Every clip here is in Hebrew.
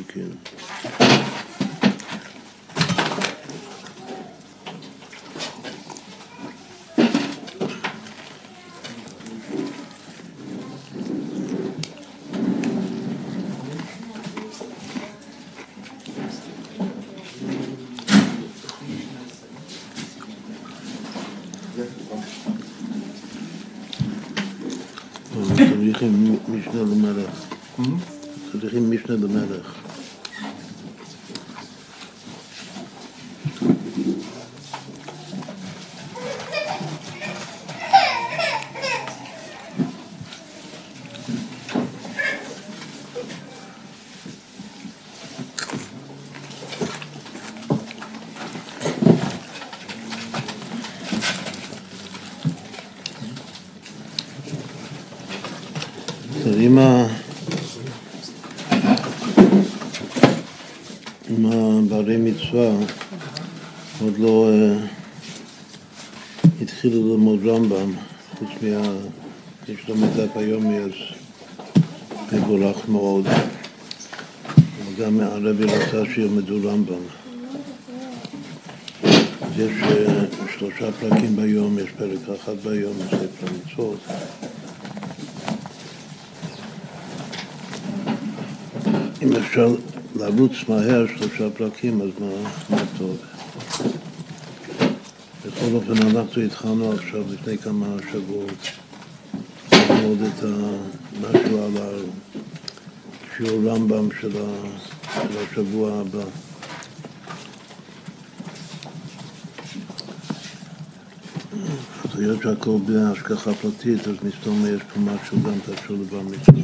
נזיקין. צריכים משנה למלך. צריכים משנה למלך. אם הבעלי מצווה עוד לא התחילו ללמוד רמב"ם, חוץ יש לו מדף היומי, אז מבורך מאוד. וגם הרבי רצה שילמדו רמב"ם. אז יש 3 פרקים ביום, יש פרק אחד ביום, ספר המצוות. אם אפשר לרוץ מהר 3 פרקים, אז מה טוב. בכל אופן, אנחנו התחלנו עכשיו לפני כמה שבועות ללמוד את משהו על שיעור רמב"ם של השבוע הבא. אז היות שהכל בהשגחה פרטית, אז מסתום יש פה משהו גם קשור לבר מצווה.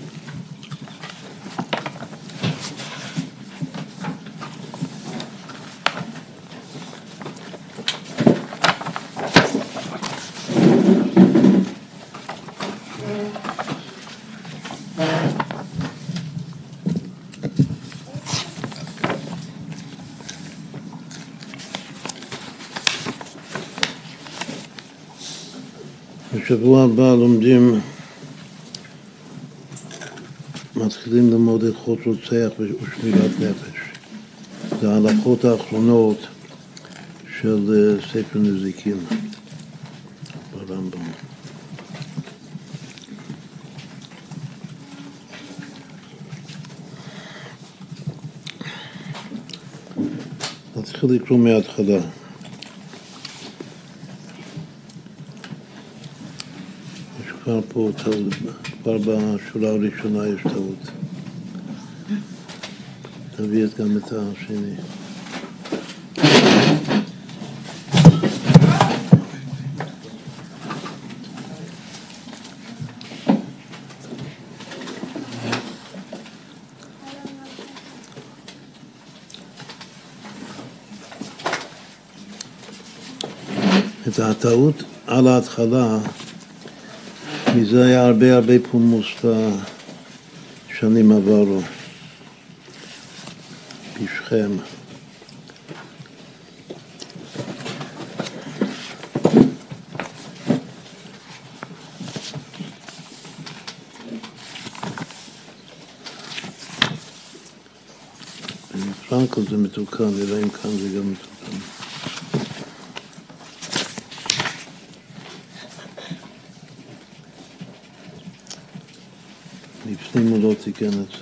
בשבוע הבא מתחילים ללמוד הלכות רוצח ושמירת נפש. זה ההלכות האחרונות של ספר נזיקין ברמב"ם. נתחיל לקרוא מההתחלה. כבר פה טעות, כבר בשורה הראשונה יש טעות. תביא גם את השני. את הטעות על ההתחלה, מזה היה הרבה פולמוס בשנים עברו, בשכם. בפרנקל זה מתוקן, נראה אם כאן זה גם מתוקן. לפנים הוא לא תיקן את זה.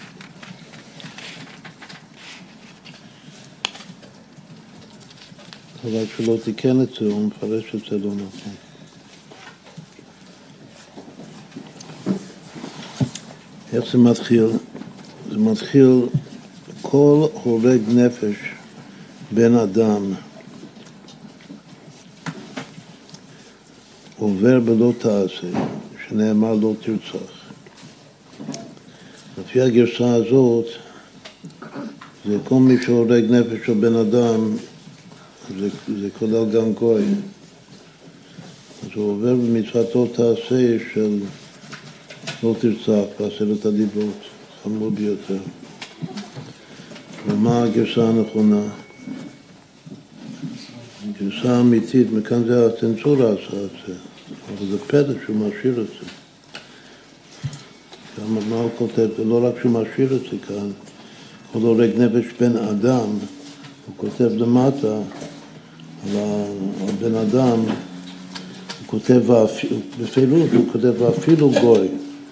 אבל כשלא תיקן את זה, הוא מפרש את זה לא נכון. איך זה מתחיל? זה מתחיל כל הורג נפש בן אדם עובר בלא תעשה, שנאמר לא תרצח. לפי הגרסה הזאת, זה כל מי שהורג נפש של בן אדם, זה כולל גם גוי. אז הוא עובר במצוותו תעשה של לא תרצח, בעשרת הדיברות, חמור ביותר. ומה הגרסה הנכונה? גרסה אמיתית, מכאן זה הצנזורה עשה את זה, אבל זה פלא שהוא משאיר את זה. מה הוא כותב? זה לא רק שהוא משאיר את זה כאן, כל הורג נפש בן אדם, הוא כותב למטה על בן אדם, הוא כותב בפירוש, הוא כותב ואפילו גוי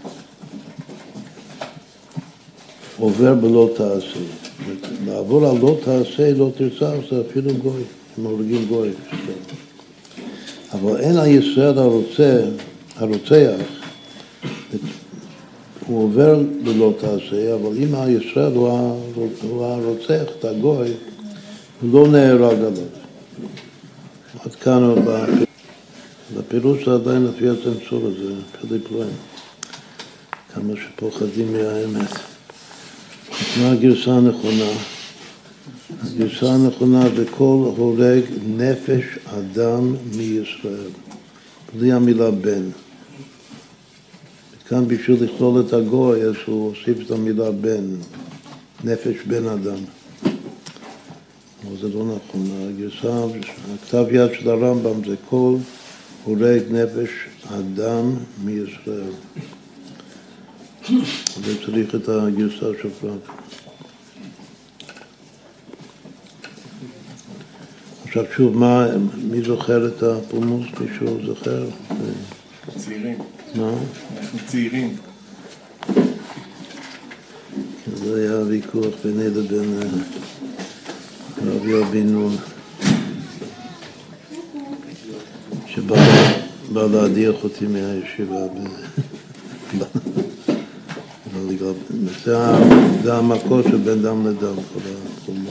עובר בלא תעשה. לעבור על לא תעשה, לא תרצח, זה אפילו גוי, הם הורגים גוי. אבל אין הישראל הרוצח, הוא עובר בלא תעשה, אבל אם הישראל הוא הרוצח, את הגוי, הוא לא נהרג עליו. עד כאן בפירוש זה עדיין לפי הצנצור הזה, פלא פלואים. כמה שפוחדים מהאמת. מה הגרסה הנכונה? הגרסה הנכונה בכל הורג נפש אדם מישראל, בלי המילה בן. כאן בשביל לכלול את הגוי, אז הוא הוסיף את המילה בן, נפש בן אדם. אבל זה לא נכון. הגרסה, הכתב יד של הרמב"ם זה כל הורג נפש אדם מישראל. וצריך את הגרסה של פרט. עכשיו שוב, מי זוכר את הפולמוס? מישהו זוכר? צעירים. מה? אנחנו צעירים. זה היה ויכוח ביני לבין רב יואב בן נון, שבא להדיח אותי מהישיבה. זה המקור של בין דם לדם, כל הפולמוס.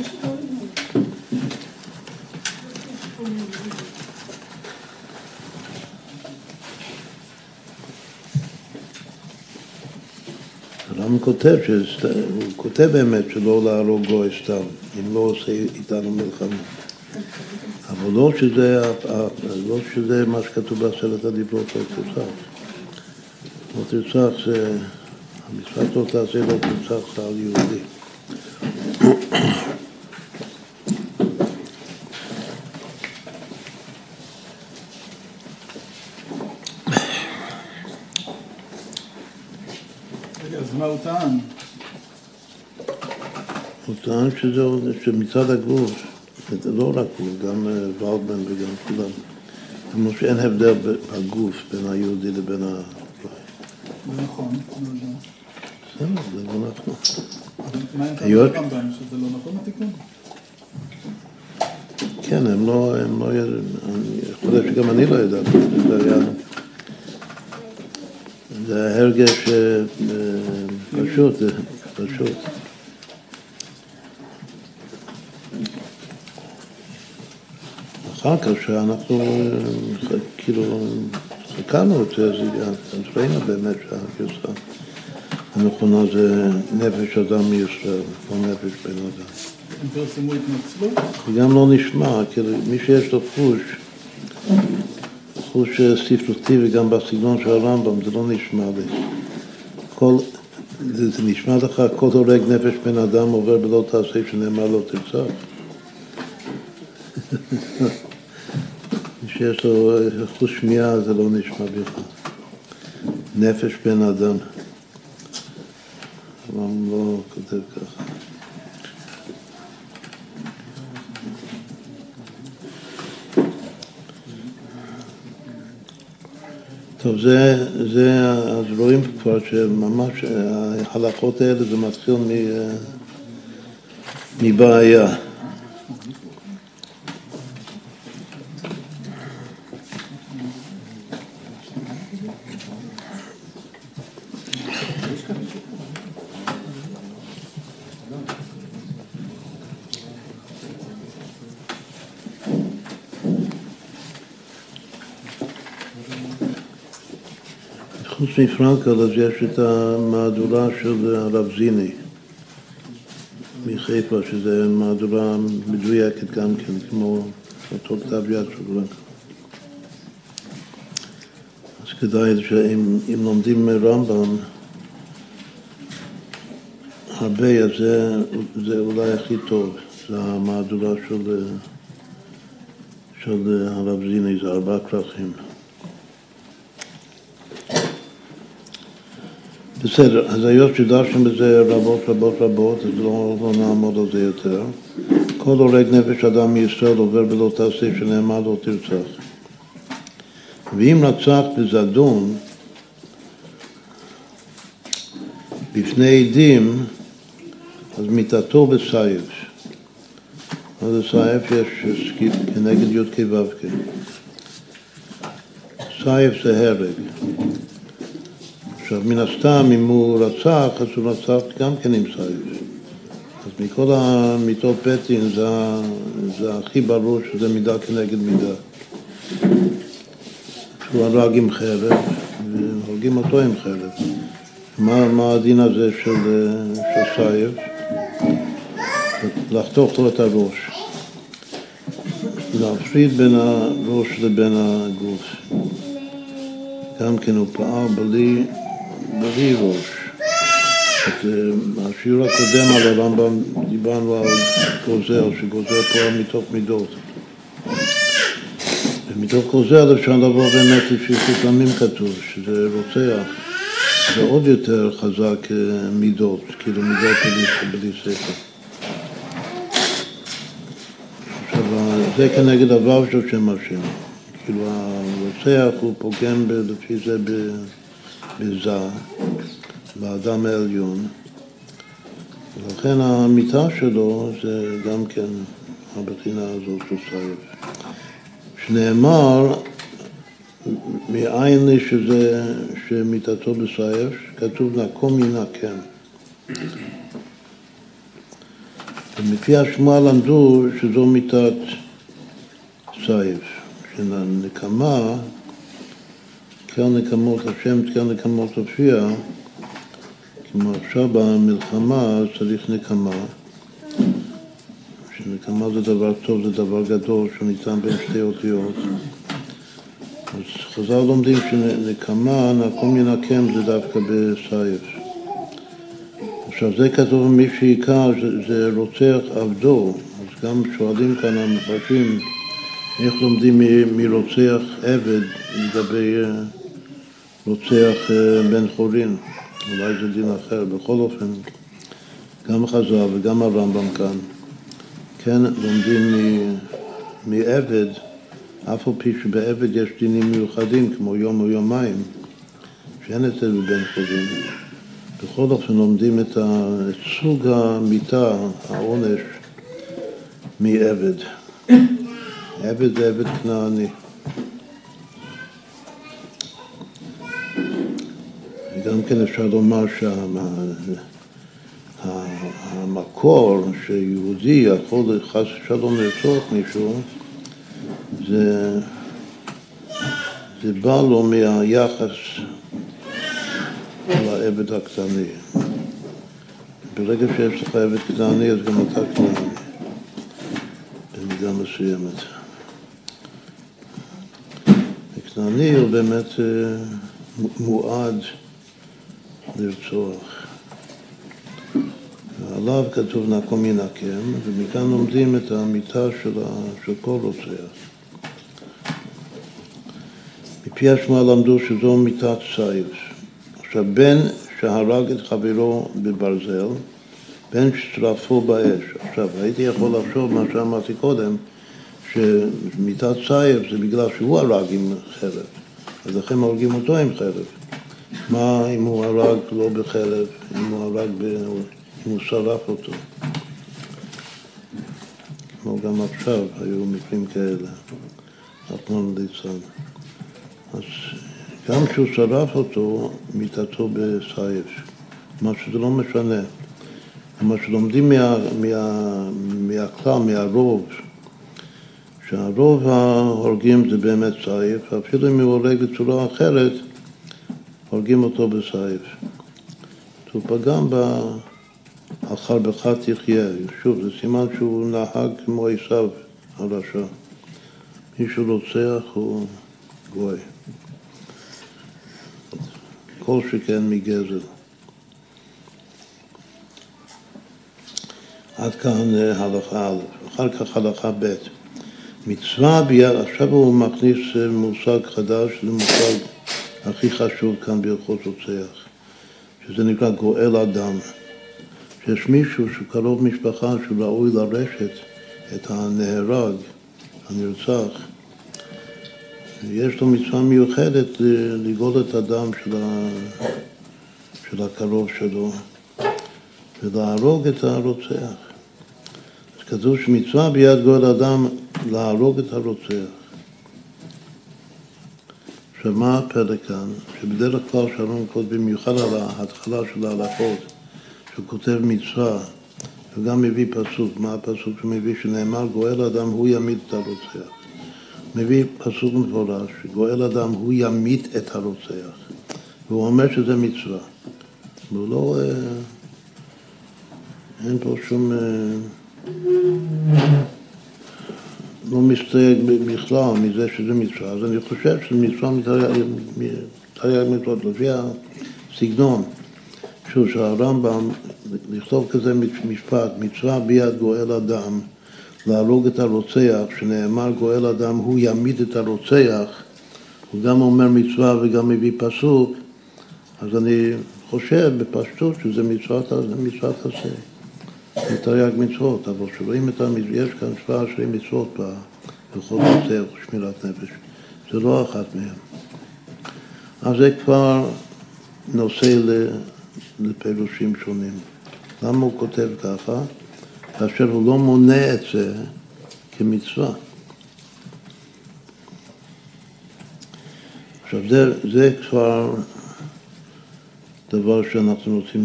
הרמב"ם כותב, הוא כותב באמת שלא להרוג גוי סתם, אם לא עושה איתנו מלחמה. אבל לא שזה מה שכתוב בעשרת הדיברות, לא תרצח. לא תרצח זה, המצוות לא תעשה, לא תרצח זה על יהודי. אז מה הוא טען? הוא טען שמצד הגוף, לא רק הוא, גם ולדמן וגם כולם, כמו שאין הבדל בגוף בין היהודי לבין הגוי. זה נכון, זה לא נכון. מה הם טענו ברמב"ם, שזה לא נכון התיקון? כן, הם לא ידעו, אני חושב שגם אני לא ידעתי, זה היה הרגש פשוט. אחר כך שאנחנו כאילו חקרנו את זה, אז ראינו באמת שהגרסה הנכונה זה נפש אדם מישראל, לא נפש בן אדם. הם פרסמו התנצלות? וגם לא נשמע, כאילו מי שיש לו חוש ספרותי וגם בסגנון של הרמב"ם, זה לא נשמע לי. זה נשמע לך, כל הורג נפש בן אדם עובר בלא תעשה שנאמר לא תרצח. מי שיש לו חוש שמיעה זה לא נשמע בכלל. נפש בן אדם. הרמב"ם לא כותב ככה. טוב, אז רואים כבר שממש ההלכות האלה זה מתחיל מבעיה. חוץ מפרנקל, אז יש את המהדורה של הרב זיני מחיפה, שזה מהדורה מדויקת גם כן, כמו אותו כתב יד של פרנקל. אז כדאי שאם לומדים מרמב"ם הרבה, אז זה אולי הכי טוב, זה המהדורה של הרב זיני, זה 4 כרכים. בסדר, אז היות שדרשנו בזה רבות, אז לא נעמוד על זה יותר. כל הורג נפש אדם מישראל עובר בלא תעשה שנאמר לא תרצח. ואם רצח בזדון בפני עדים, אז מיתתו בסייף. אז בסייף יש כנגד י' כ' ו' כ'. סייף זה הרג. עכשיו, מן הסתם, אם הוא רצח, אז הוא רצח גם כן עם סייף. אז מכל המיתות פתין זה הכי ברור שזה מידה כנגד מידה. שהוא הרג עם חרב, והורגים אותו עם חרב. מה הדין הזה של סייף? לחתוך לו את הראש. להפריד בין הראש לבין הגוף. גם כן הוא פעל בלי ראש. השיעור הקודם על הרמב"ם דיברנו על גוזר, שגוזר פה מתוך מידות. ומתוך גוזר אפשר לבוא באמת לפי חכמים כתוב, שזה רוצח. זה עוד יותר חזק מידות, כאילו מידות בלי שכל. עכשיו, זה כנגד הוו של שם השם. כאילו הרוצח הוא פוגם לפי זה בזה, באדם העליון. ולכן המיטה שלו זה גם כן הבחינה הזאת של סייף. שנאמר, מאין לי שמיטתו בסייף, כתוב נקום ינקם. ומפי השמועה למדו שזו מיטת סייף. שנקמה, תקיע נקמות השם, תקיע נקמות הופיע, כמו עכשיו במלחמה צריך נקמה. שנקמה זה דבר טוב, זה דבר גדול, שניתן בין שתי אותיות. אז חז"ל לומדים שנקמה, נקום ינקם, זה דווקא בסייף. עכשיו זה כתוב מי שעיקר, זה רוצח עבדו. אז גם שואלים כאן המפרשים, איך לומדים מרוצח עבד לגבי רוצח בן חורין? אולי זה דין אחר. בכל אופן, גם חז"ל וגם הרמב"ם כאן, כן לומדים מעבד, אף על פי שבעבד יש דינים מיוחדים, כמו יום או יומיים, שאין את זה בבן חורין. בכל אופן לומדים את סוג המיתה, העונש, מעבד. עבד זה עבד כנעני. וגם כן אפשר לומר שהמקור שיהודי יכול חס ושלום לרצוח מישהו, זה בא לו מהיחס לעבד הקטני. ברגע שיש לך עבד כנעני, אז גם אתה כנעני, במידה מסוימת. כנעני הוא באמת מועד לרצוח. ועליו כתוב נקום ינקם, ומכאן לומדים את המיטה של כל רוצח. מפי השמועה למדו שזו מיטת סייף. עכשיו, בן שהרג את חברו בברזל, בן ששרפו באש. עכשיו, הייתי יכול לחשוב מה שאמרתי קודם, שמיטת סייף זה בגלל שהוא הרג עם חרב, אז לכן הורגים אותו עם חרב. מה אם הוא הרג לא בחרב, אם הוא שרף אותו? כמו גם עכשיו, היו מקרים כאלה, רחמנא ליצלן. אז גם כשהוא שרף אותו, מיטתו בסייף, מה שזה לא משנה. מה שלומדים מהכלל, מהרוב, שהרוב ההורגים זה באמת סייף, אפילו אם הוא הורג בצורה אחרת, הורגים אותו בסייף. הוא פגם על חרבך תחיה. שוב, זה סימן שהוא נהג כמו עשיו הרשע. מי שרוצח הוא גוי. כל שכן מגזל. עד כאן הלכה א', אחר כך הלכה ב'. מצווה ביד, עכשיו הוא מכניס מושג חדש, זה מושג הכי חשוב כאן בהלכות רוצח, שזה נקרא גואל אדם. שיש מישהו שקרוב משפחה שהוא ראוי לרשת את הנהרג, הנרצח, יש לו מצווה מיוחדת לגאול את הדם של הקרוב שלו ולהרוג את הרוצח. אז כתוב שמצווה ביד גואל אדם להרוג את הרוצח. עכשיו מה הפלא כאן? שבדרך כלל שאנחנו כותבים במיוחד על ההתחלה של ההלכות, שהוא כותב מצווה וגם מביא פסוק. מה הפסוק שמביא? שנאמר גואל אדם הוא ימית את הרוצח. מביא פסוק מפורש, גואל אדם הוא ימית את הרוצח. והוא אומר שזה מצווה. והוא לא... אין פה שום... לא מסתייג בכלל מזה שזה מצווה. אז אני חושב שזה מצווה מתרי"ג מצוות, לפי הסגנון. שוב, שהרמב"ם לכתוב כזה משפט, מצווה ביד גואל אדם, להרוג את הרוצח, שנאמר גואל אדם הוא ימית את הרוצח, הוא גם אומר מצווה וגם מביא פסוק, אז אני חושב בפשטות שזה מצוות עשה, מתרי"ג מצוות, אבל שרואים את המצוות, יש כאן 17 מצוות בכל נושא שמירת נפש, זה לא אחת מהם. אז זה כבר נושא לפירושים שונים. למה הוא כותב ככה? כאשר הוא לא מונה את זה כמצווה. עכשיו זה כבר דבר שאנחנו רוצים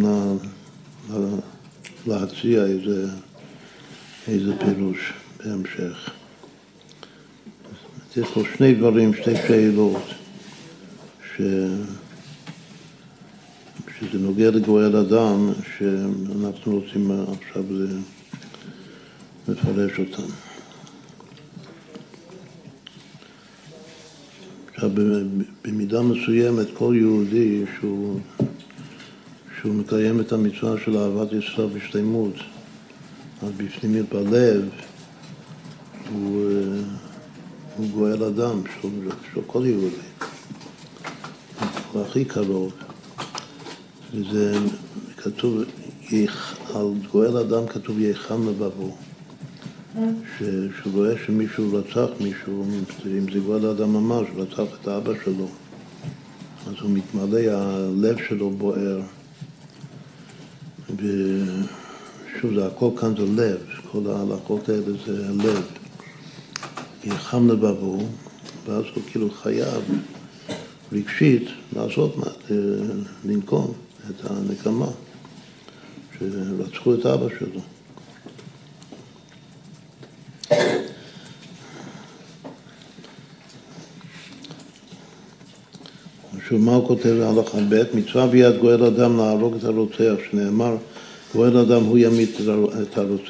להציע איזה פירוש בהמשך. יש פה שני דברים, שתי שאלות שזה נוגע לגואל אדם, שאנחנו רוצים עכשיו לפרש אותם. עכשיו, במידה מסוימת, כל יהודי שהוא מקיים את המצווה של אהבת ישראל בשלמות, אז בפנימיות בלב, הוא גואל אדם, שהוא כל יהודי. הוא הכי קרוב. וזה כתוב, על גואל אדם כתוב יחם לבבו. שהוא רואה שמישהו רצח מישהו, אם זה גואל אדם ממש, רצח את האבא שלו, אז הוא מתמלא, הלב שלו בוער. ושוב, זה הכל כאן זה לב, כל ההלכות האלה זה לב. יחם לבבו, ואז הוא כאילו חייב רגשית לעשות מה, לנקום את הנקמה שרצחו את אבא שלו. עכשיו מה הוא כותב בהלכה ב'? מצווה ביד גואל אדם להרוג את הרוצח, שנאמר גואל אדם הוא ימית את הרוצח.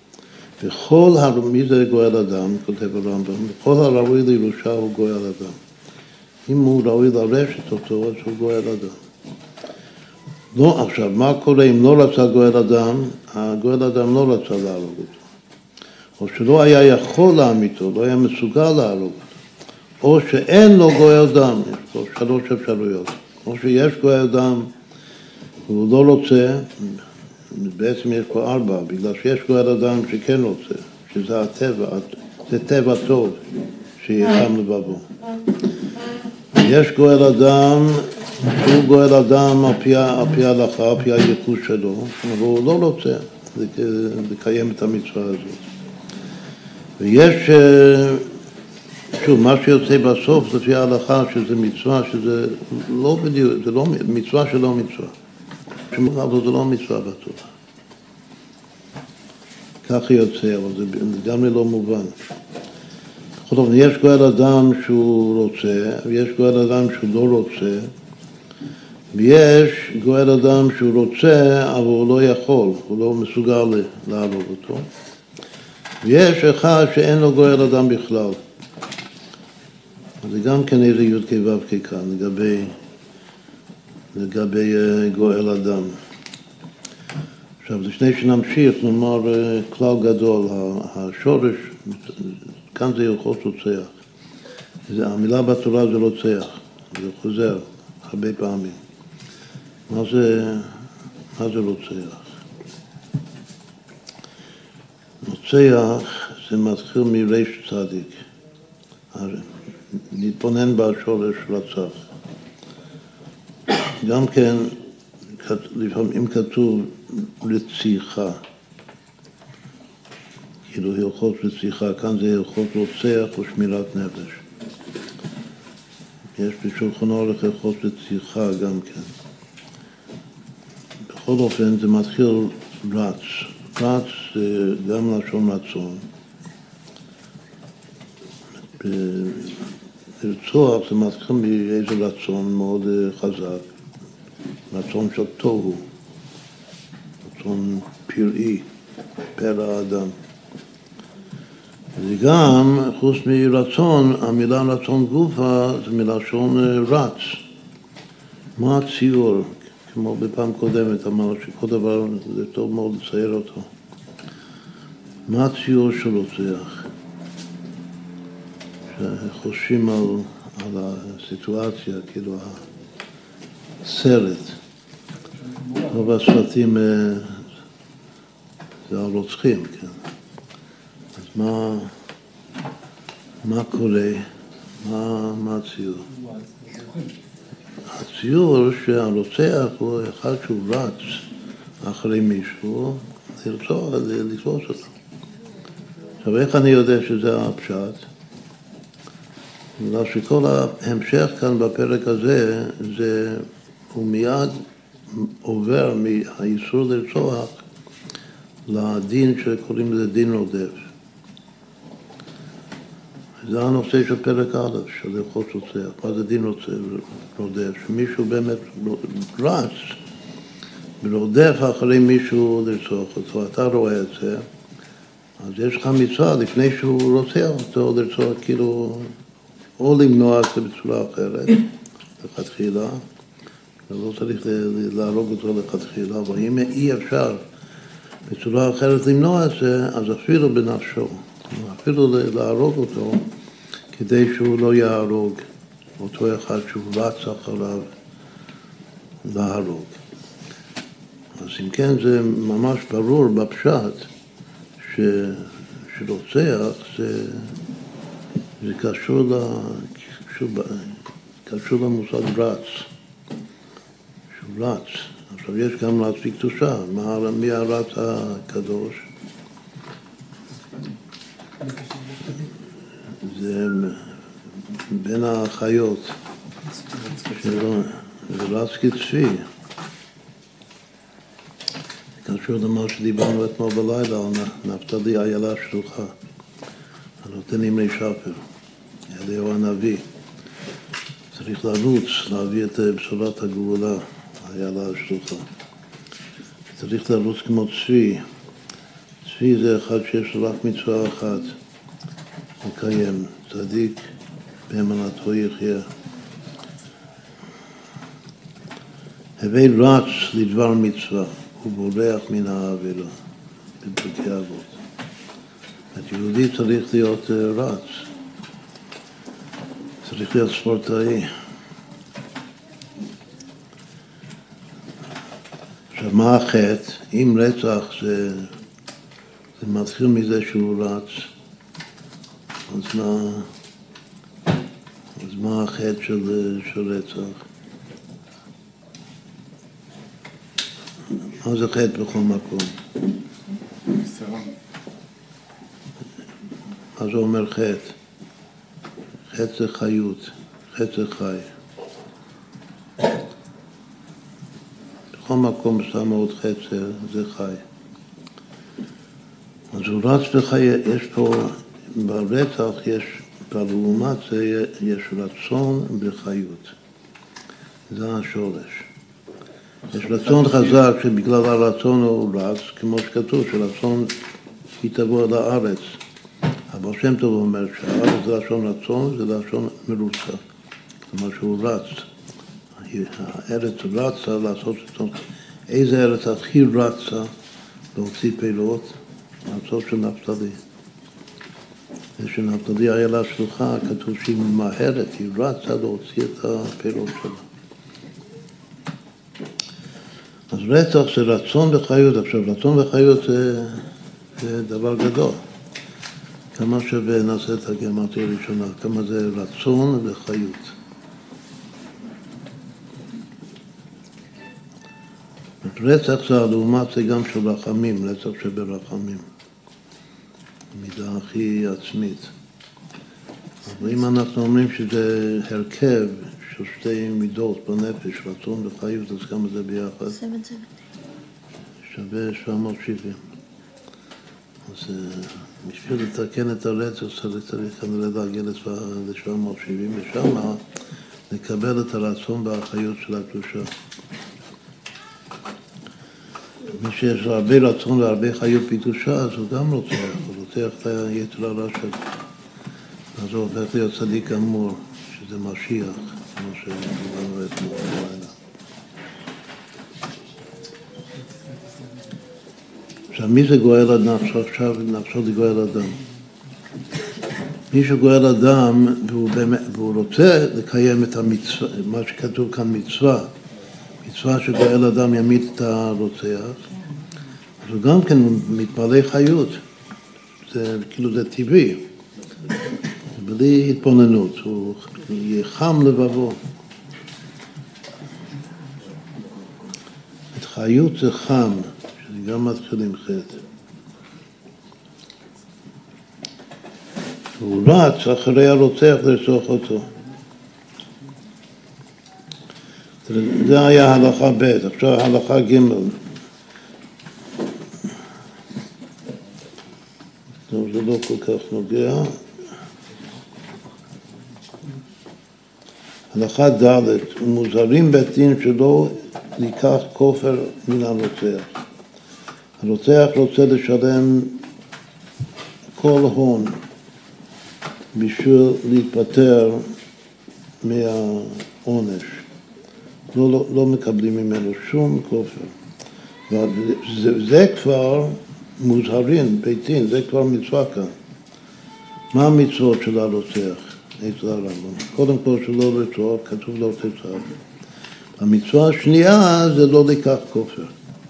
מי זה גואל אדם? כותב הרמב"ם, וכל הראוי לירושה הוא גואל אדם. אם הוא ראוי לרשת אותו, אז הוא גואל אדם. לא, עכשיו, מה קורה אם לא רצה גואל אדם? הגואל אדם לא רצה להרוג אותו. או שלא היה יכול להמיתו, לא היה מסוגל להרוג אותו. או שאין לו גואל דם, יש פה 3 אפשרויות. או שיש גואל דם והוא לא רוצה, בעצם יש פה 4, בגלל שיש גואל אדם שכן רוצה, שזה הטבע, זה טבע טוב שיחם לבבו. יש גואל אדם, שהוא גואל אדם על פי ההלכה, על פי הייחוד שלו, אבל הוא לא רוצה לקיים את המצווה הזאת. ויש, שוב, מה שיוצא בסוף לפי ההלכה, שזה מצווה, שזה לא בדיוק, זה לא מצווה שלא מצווה. אבל זה לא מצווה בתורה. כך יוצא, אבל זה גם לא מובן. בכל אופן, יש גואל אדם שהוא רוצה, ויש גואל אדם שהוא לא רוצה, ויש גואל אדם שהוא רוצה, אבל הוא לא יכול, הוא לא מסוגל להרוג אותו. ויש אחד שאין לו גואל אדם בכלל. אז זה גם כן איזה י' כ' ו' כ' כאן, לגבי גואל אדם. עכשיו, לפני שנמשיך, נאמר כלל גדול, השורש, כאן זה הלכות רוצח. המילה בתורה זה רוצח, זה חוזר הרבה פעמים. מה זה רוצח? רוצח זה מתחיל מריש צדיק. נתבונן בשורש רצח. גם כן, לפעמים כתוב רציחה. כאילו הלכות רציחה, כאן זה הלכות רוצח ושמירת נפש. יש בשולחן אורך הלכות רציחה גם כן. בכל אופן זה מתחיל רץ. רץ זה גם לשון רצון. ברצוח זה מתחיל מאיזה רצון מאוד חזק. רצון של תוהו. רצון פראי, פרא האדם. וגם, חוץ מרצון, המילה רצון גופה זה מלשון רץ. מה הציור? כמו בפעם קודמת אמרנו שכל דבר זה טוב מאוד לצייר אותו. מה הציור של רוצח? שחושבים על הסיטואציה, כאילו הסרט. רוב הסרטים זה הרוצחים, כן. אז מה קורה? מה הציור? הציור שהרוצח הוא אחד שהוא רץ אחרי מישהו, לתפוס אותו. עכשיו, איך אני יודע שזה הפשט? בגלל שכל ההמשך כאן בפרק הזה, הוא מיד עובר מהאיסור לרצוח לדין שקוראים לזה דין רודף. זה הנושא של פרק א', של הלכות רוצח. מה זה דין רודף? שמישהו באמת רץ ורודף אחרי מישהו לרצוח אותו. אתה רואה את זה, אז יש לך מצווה לפני שהוא רוצח אותו לרצוח, כאילו, או למנוע את זה בצורה אחרת, לכתחילה, לא צריך להרוג אותו לכתחילה, אבל אם אי אפשר בצורה אחרת למנוע את זה, אז אפילו בנפשו, אפילו להרוג אותו, כדי שהוא לא יהרוג אותו אחד שהוא רץ אחריו להרוג. אז אם כן, זה ממש ברור בפשט שרוצח זה קשור למושג רץ, שהוא רץ. עכשיו יש גם רץ בקדושה, מי הרץ הקדוש? זה בין החיות, זה רץ כצבי. קשור למה שדיברנו אתמול בלילה על נפתלי איילה שלוחה, הנותן אמרי שפר, אליהו הנביא. צריך לרוץ, להביא את בשורת הגאולה, איילה השלוחה. צריך לרוץ כמו צבי. צבי זה אחד שיש לו רק מצווה אחת, לקיים, צדיק באמונתו יחיה. הווי רץ לדבר מצווה, הוא בורח מן העבירה, בפרקי אבות. יהודי צריך להיות רץ, צריך להיות ספורטאי. עכשיו, מה החטא? אם רצח זה מתחיל מזה שהוא רץ, אז מה החטא של רצח? מה זה חטא בכל מקום? מה זה אומר חטא? חטא זה חיות, חטא זה חי. בכל מקום שם עוד חטא זה חי. אז הוא רץ בחי, יש פה, ברצח יש, בלעומת זה יש רצון בחיות. זה השורש. יש רצון חזק שבגלל הרצון הוא רץ, כמו שכתוב, שרצון היא תבוא אל הארץ. אבל שם טוב אומר שהארץ זה לשון רצון, זה לשון מרוצה. זאת אומרת שהוא רץ. הארץ רצה לעשות רצון. איזה ארץ הכי רצה להוציא פירות? הרצון של נפתלי. ושנפתלי איילה שלוחה, כתוב שהיא ממהרת, היא רצה להוציא את הפירות שלה. רצח זה רצון וחיות. עכשיו, רצון וחיות זה דבר גדול. כמה שווה, נעשה את הגמרתיה הראשונה, כמה זה רצון וחיות. רצח זה לעומת זה גם של רחמים, רצח שברחמים. מידה הכי עצמית. אבל אם אנחנו אומרים שזה הרכב של שתי מידות בנפש, רצון וחיות, אז כמה זה ביחד? 770. שווה 770. אז בשביל לתקן את הרצח צריך כנראה להגיע ל-770, ושם לקבל את הרצון והחיות של הקדושה. מי שיש לו הרבה רצון והרבה חיות בקדושה, אז הוא גם רוצח, הוא רוצח את היתר הרע שלו. אז הוא הופך להיות צדיק גמור, שזה משיח, כמו שדיברנו אתמול בלילה. עכשיו, מי זה גואל אדם? עכשיו נפשו זה גואל אדם. מי שגואל אדם, והוא רוצה לקיים את המצווה, מה שכתוב כאן מצווה, מצווה שגואל אדם ימית את הרוצח, אז הוא גם כן מתמלא חיות. זה כאילו זה טבעי. בלי התבוננות, הוא יהיה חם לבבו. את חיות זה חם, שזה גם מתחיל עם חטא. הוא רץ אחרי הרוצח לרצוח אותו. זה היה הלכה ב', עכשיו הלכה ג'. טוב, זה לא כל כך נוגע. הלכה ד', ומוזרים בית דין שלא ניקח כופר מן הרוצח. הרוצח רוצה לשלם כל הון בשביל להתפטר מהעונש. לא מקבלים ממנו שום כופר. וזה כבר מוזהרים, בית דין, זה כבר מצווה כאן. מה המצוות של הרוצח? אצל הרמב"ם. קודם כל שלא לרצוח, כתוב לא תרצח. המצווה השנייה זה לא לקח כופר.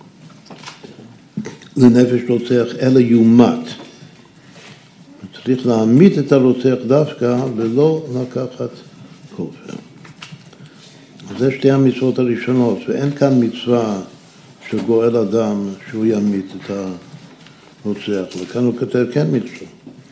לנפש רוצח אלא יומת. צריך להעמיד את הרוצח דווקא ולא לקחת כופר. זה שתי המצוות הראשונות, ואין כאן מצווה שגואל אדם שהוא יעמיד את הרוצח, וכאן הוא כתב כן מצווה.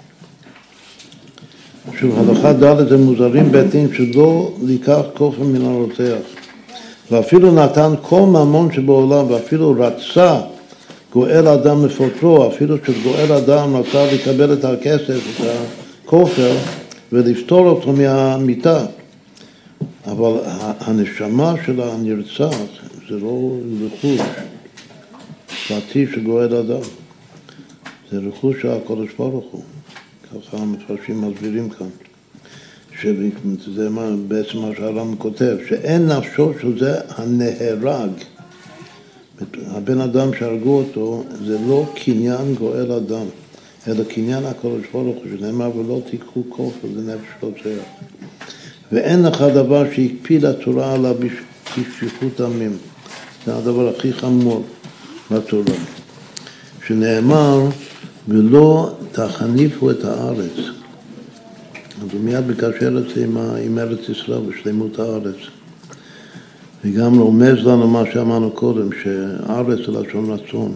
שוב, הלכה ד' זה מוזרים בית דין שלא לקח כופר מן הרוצח, ואפילו נתן כל ממון שבעולם, ואפילו רצה גואל אדם לפוטרו, אפילו שגואל אדם רצה לקבל את הכסף, את הכופר, ולפטור אותו מהמיטה. אבל הנשמה של הנרצח זה לא רכוש פרטי שגואל אדם, זה רכוש של הקדוש ברוך הוא. ככה המפרשים מסבירים כאן, שזה בעצם מה שהרמב"ם כותב, שאין נפשו של זה הנהרג. הבן אדם שהרגו אותו זה לא קניין גואל אדם, אלא קניין הקדוש ברוך הוא, שנאמר ולא תיקחו כופר לנפש רוצח. ואין לך דבר שהקפיד התורה עליו בשפיכות דמים. זה הדבר הכי חמור בתורה. שנאמר ולא תחניפו את הארץ. אז הוא מיד מקשר את זה עם ארץ ישראל ושלמות הארץ. וגם רומז לנו מה שאמרנו קודם, שהארץ זה לשון רצון.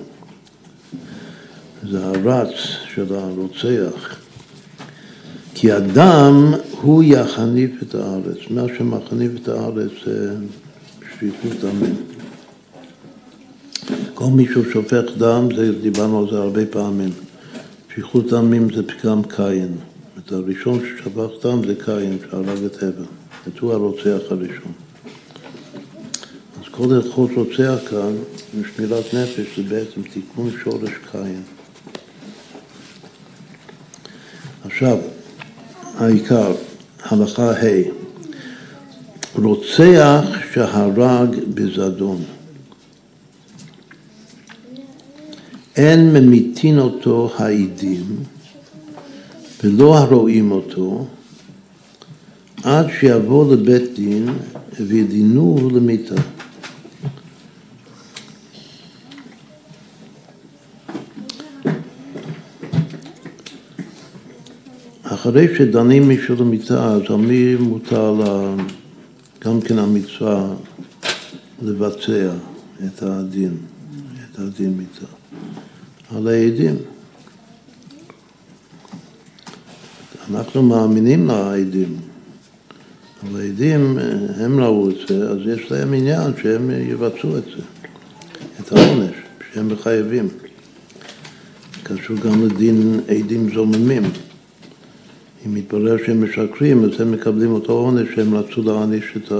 זה הרץ של הרוצח. כי אדם הוא יחניף את הארץ. מה שמחניף את הארץ זה שפיכות דמים. כל מישהו שופך דם, דיברנו על זה הרבה פעמים. שפיכות דמים זה פגם קין. את הראשון ששפך דם זה קין, שהרג את הבל. הוא הרוצח הראשון. אז כל הלכות רוצח כאן, משמירת נפש, זה בעצם תיקון שורש קין. עכשיו, העיקר, הלכה ה' רוצח שהרג בזדון. אין ממיתין אותו העדים ולא הרואים אותו עד שיבוא לבית דין וידינו למיתה. אחרי שדנים מישהו למיטה, אז על מי מוטל גם כן המצווה לבצע את הדין מיטה? על העדים. אנחנו מאמינים לעדים, אבל העדים, הם ראו את זה, אז יש להם עניין שהם יבצעו את זה, את העונש, שהם מחייבים. קשור גם לדין עדים זוממים. אם מתברר שהם משקרים, אז הם מקבלים אותו עונש שהם רצו להעניש את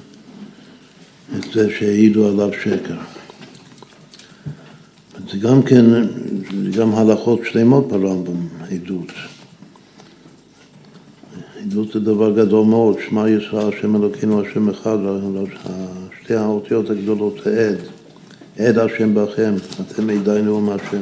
זה שהעידו עליו שקר. זה גם כן, גם הלכות שלמות ברמב"ם, עדות. עדות זה דבר גדול מאוד, שמע ישראל, השם אלוקינו, השם אחד, שתי האותיות הגדולות זה עד. עד השם בכם, אתם עדינו עם השם.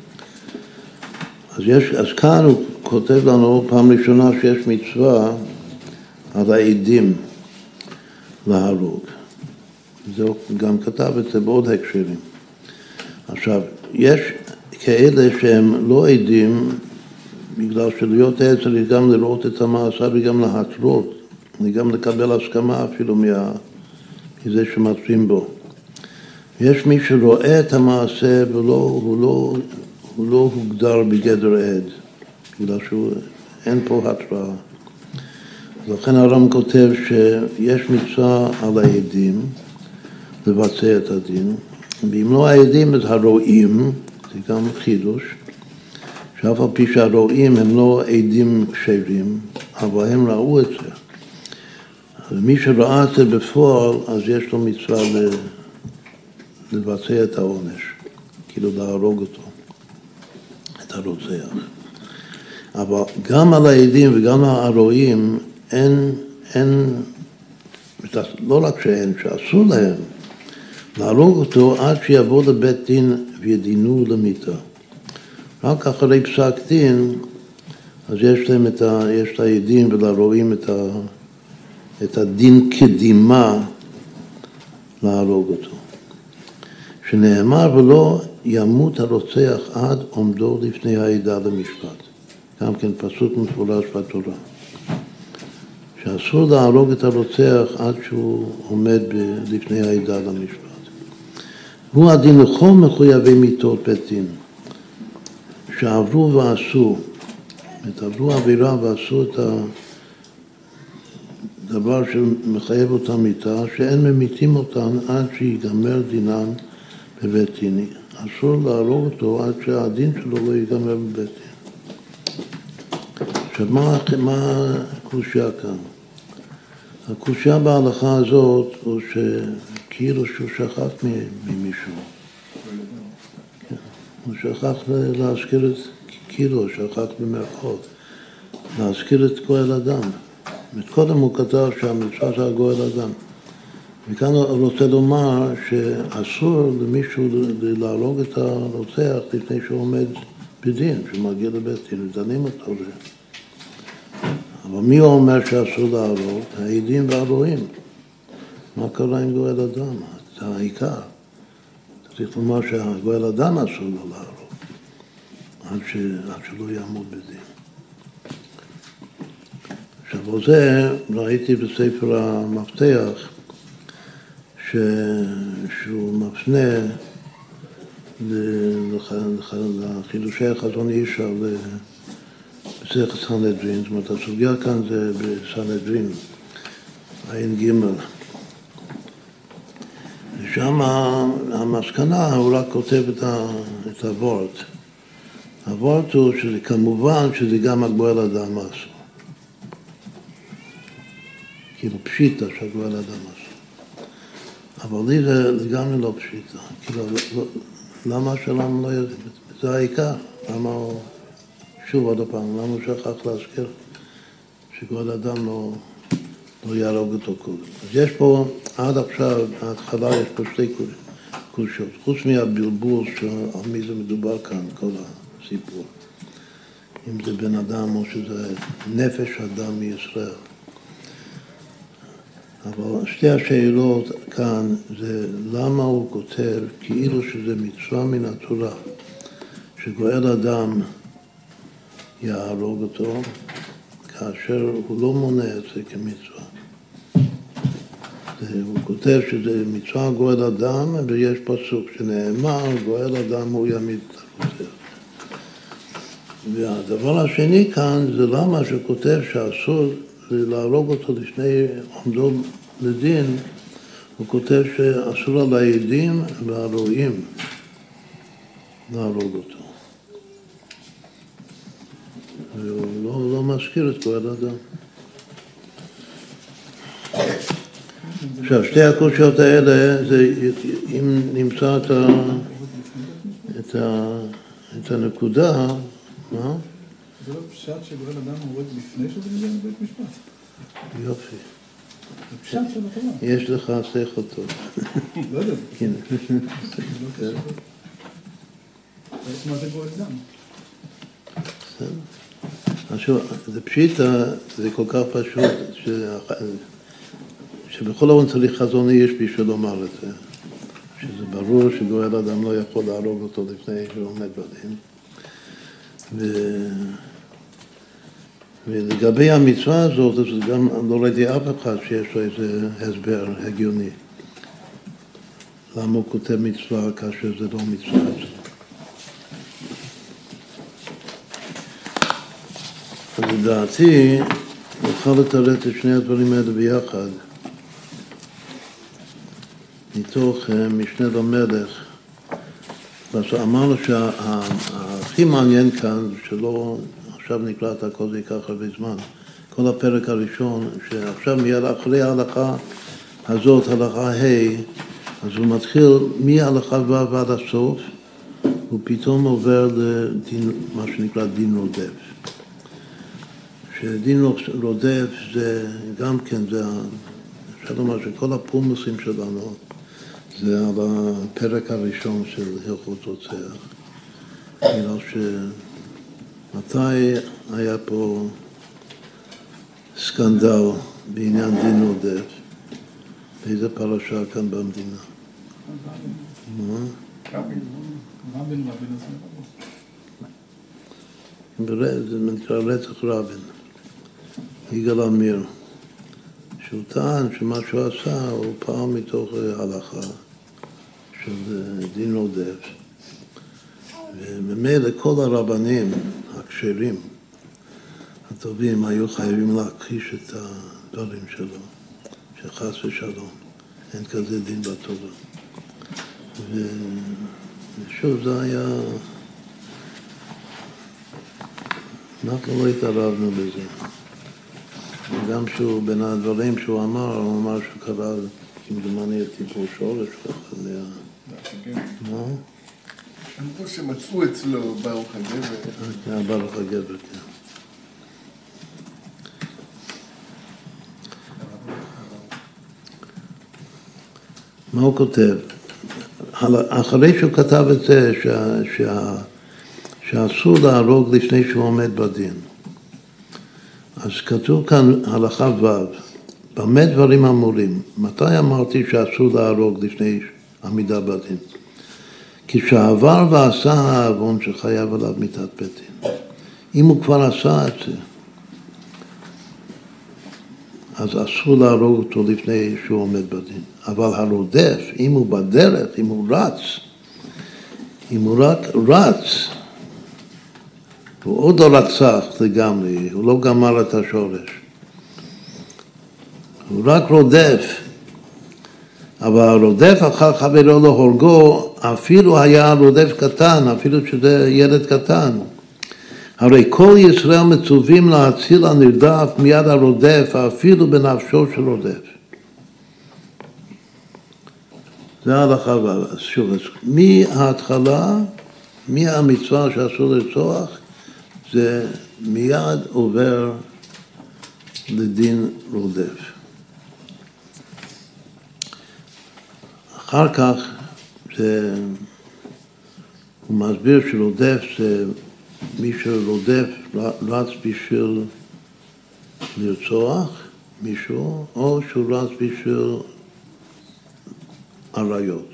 אז כאן הוא כותב לנו פעם ראשונה שיש מצווה על העדים להרוג. זה גם כתב את זה בעוד הקשרים. עכשיו, יש כאלה שהם לא עדים, בגלל שלהיות עד צריך גם לראות את המעשה וגם להתרות, וגם לקבל הסכמה אפילו מזה שמצרים בו. יש מי שרואה את המעשה והוא לא הוגדר בגדר עד, בגלל שאין פה התראה. לכן הר"ם כותב שיש מצווה על העדים לבצע את הדין, ואם לא העדים אז הרואים, זה גם חידוש, שאף על פי שהרואים הם לא עדים כשרים, אבל הם ראו את זה. ומי שראה את זה בפועל, אז יש לו מצווה לבצע את העונש, כאילו להרוג אותו, את הרוצח. אבל גם על העדים וגם על הרואים אין, לא רק שאין, שאסור להם להרוג אותו עד שיבוא לבית דין וידינו למיתה. רק אחרי פסק דין, אז יש להם יש לעדים ולרואים את הדין קדימה להרוג אותו. שנאמר ולא ימות הרוצח עד עומדו לפני העדה למשפט. גם כן פסוק מפורש בתורה. שאסור להרוג את הרוצח עד שהוא עומד לפני העדה למשפט. הוא הדין לכל מחויבי מיתות בית דין. שעברו ועשו, עברו עבירה ועשו את הדבר שמחייב אותם מיתה, שאין ממיתים אותם עד שיגמר דינם בבית דין. אסור להרוג אותו עד שהדין שלו לא ייגמר בבית דין. עכשיו, מה הקושיה כאן? הקושיה בהלכה הזאת הוא שכאילו שהוא שכח ממישהו. הוא שכח להזכיר את, כאילו שכח במרכאות, להזכיר את גואל אדם. קודם הוא כתב שהמצווה זה הגואל אדם. וכאן הוא רוצה לומר שאסור למישהו להרוג את הרוצח לפני שהוא עומד בדין, שהוא מגיע לבית דין, ודנים אותו. אבל מי אומר שאסור להרוג? העדים והרועים. מה קרה עם גואל אדם? זה העיקר. צריך לומר שהגואל אדם אסור לו להרוג, עד שלא יעמוד בדין. עכשיו, על זה ראיתי בספר המפתח, שהוא מפנה לחידושי החזון איש על מסכת סנהדרין. זאת אומרת, הסוגיה כאן זה בסנהדרין, עין ג'. ושם המסקנה הוא רק כותב את הוורט. הוורט הוא כמובן שזה גם הגואל אדם אסור. כאילו פשיטה שהגואל אדם אסור. אבל לי זה גם לא פשיטה. כאילו, למה שלנו לא יודעים? זה העיקר. למה הוא, שוב עוד פעם, למה הוא שכח להזכיר שגואל אדם לא יהרוג אותו קודם. אז יש פה, עד עכשיו, ההתחלה יש פה שתי קושות. חוץ מהבלבול על מי זה מדובר כאן, כל הסיפור. אם זה בן אדם או שזה נפש אדם מישראל. אבל שתי השאלות כאן זה למה הוא כותב כאילו שזה מצווה מן התורה, שגואל אדם יהרוג אותו, כאשר הוא לא מונה את זה כמצווה. הוא כותב שזה מצווה גואל אדם, ויש פסוק שנאמר, גואל אדם הוא ימית את הרוצח. והדבר השני כאן זה למה שהוא כותב שאסור להרוג אותו לפני עומדו לדין, הוא כותב שאסור על העדים והרועים להרוג אותו. והוא לא מזכיר את גואל אדם. עכשיו, שתי הקושיות האלה, זה אם נמצא את הנקודה, מה? זה לא פשט שגואל אדם הורג לפני שזה מגיע לבית משפט. יופי. זה פשט של התורה. יש לך שכל טוב. לא יודע. כן. מה זה גואל אדם? עכשיו, זה פשיטה, זה כל כך פשוט, שבכל אופן צריך חזון איש בשביל לומר את זה. שזה ברור שגואל אדם לא יכול להרוג אותו לפני שהוא עומד בדין. ולגבי המצווה הזאת, אז גם לא ראיתי אף אחד שיש לו איזה הסבר הגיוני. למה הוא כותב מצווה כאשר זה לא מצווה? אז לדעתי, נוכל לתרץ את שני הדברים האלה ביחד. מתוך משנה למלך, אמרנו שהכי מעניין כאן, שלא עכשיו נקרא את הכל זה ייקח הרבה זמן, כל הפרק הראשון, שעכשיו מיד אחרי ההלכה הזאת, הלכה ה', אז הוא מתחיל מההלכה ו' ועד הסוף, הוא פתאום עובר לדין, מה שנקרא דין רודף. שדין רודף זה גם כן, זה, אפשר לומר שכל הפולמוסים שלנו, זה על הפרק הראשון של הלכות רוצח. בגלל שמתי היה פה סקנדל בעניין דין רודף? באיזה פרשה כאן במדינה? רבין. זה נקרא רצח רבין, יגאל עמיר. שהוא טען שמה שהוא עשה הוא פעל מתוך הלכה של דין רודף. וממילא כל הרבנים הכשרים, הטובים, היו חייבים להכחיש את הדברים שלו, שחס ושלום, אין כזה דין בתורה. ושוב זה היה, אנחנו לא התערבנו בזה. וגם שהוא, בין הדברים שהוא אמר שהוא קרא, כמדומני, טיפול שורש ככה, מה? אמרו שמצאו אצלו ברוך הגבר. כן, ברוך הגבר, כן. מה הוא כותב? אחרי שהוא כתב את זה, שאסור להרוג לפני שהוא עומד בדין. אז כתוב כאן הלכה ו', במה דברים אמורים? מתי אמרתי שאסור להרוג לפני עמידה בדין? כשעבר ועשה העוון שחייב עליו מיתת בית דין. אם הוא כבר עשה את זה, אז אסור להרוג אותו לפני שהוא עומד בדין. אבל הרודף, אם הוא בדרך, אם הוא רק רץ, הוא עוד לא רצח לגמרי, הוא לא גמר את השורש. הוא רק רודף, אבל הרודף אחר חברו להורגו, אפילו היה רודף קטן, אפילו שזה ילד קטן. הרי כל ישראל מצווים להציל הנרדף מיד הרודף, אפילו בנפשו של רודף. זה ההלכה ו'. אז שוב, מההתחלה, מהמצווה שאסור לרצוח, זה מיד עובר לדין רודף. אחר כך הוא מסביר שרודף זה מי שרודף רץ בשביל לרצוח מישהו, או שהוא רץ בשביל עריות.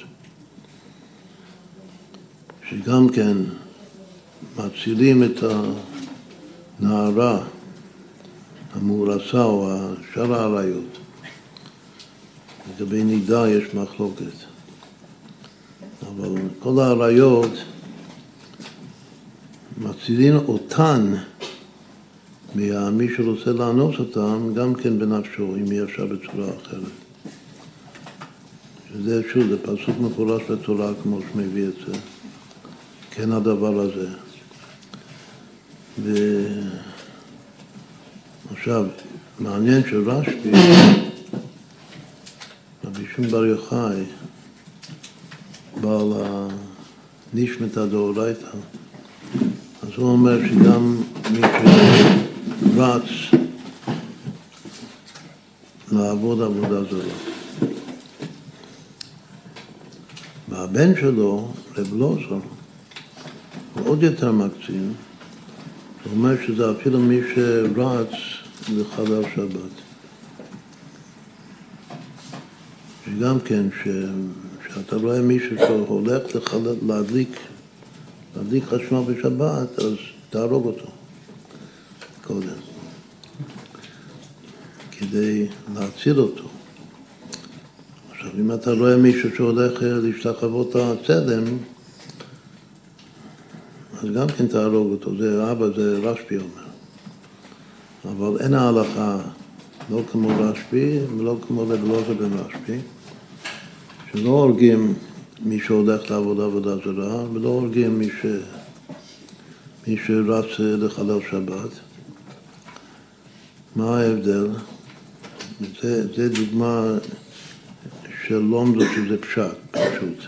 שגם כן מצילים את הנערה המאורסה או שאר העריות. לגבי נידה יש מחלוקת. אבל כל העריות מצילים אותן ממי שרוצה לאנוס אותם, גם כן בנפשו, אם יהיה אפשר בצורה אחרת. שזה שוב, זה פסוק מפורש בתורה כמו שמביא את זה. כן הדבר הזה. עכשיו, מעניין שרשב"י, רבי שמעון בר יוחאי, בעל נשמתא דאורייתא, אז הוא אומר שגם מי שרץ לעבוד עבודה זרה. והבן שלו, רב לוזר, הוא עוד יותר מקצין, הוא אומר שזה אפילו מי שרץ לחלל שבת. שגם כן, שאתה רואה מישהו שהולך להדליק חשמל בשבת, אז תהרוג אותו קודם, כדי להציל אותו. עכשיו, אם אתה רואה מישהו שהולך להשתחוות הצלם, אז גם כן תהרוג אותו. זה אבא, זה רשב"י אומר. אבל אין ההלכה, לא כמו רשב"י, ולא כמו רב לוזר בן רשב"י, שלא הורגים מי שהולך לעבוד עבודה זרה, ולא הורגים מי שרץ לחלל שבת. מה ההבדל? זה דוגמה של לומדו שזה פשוט.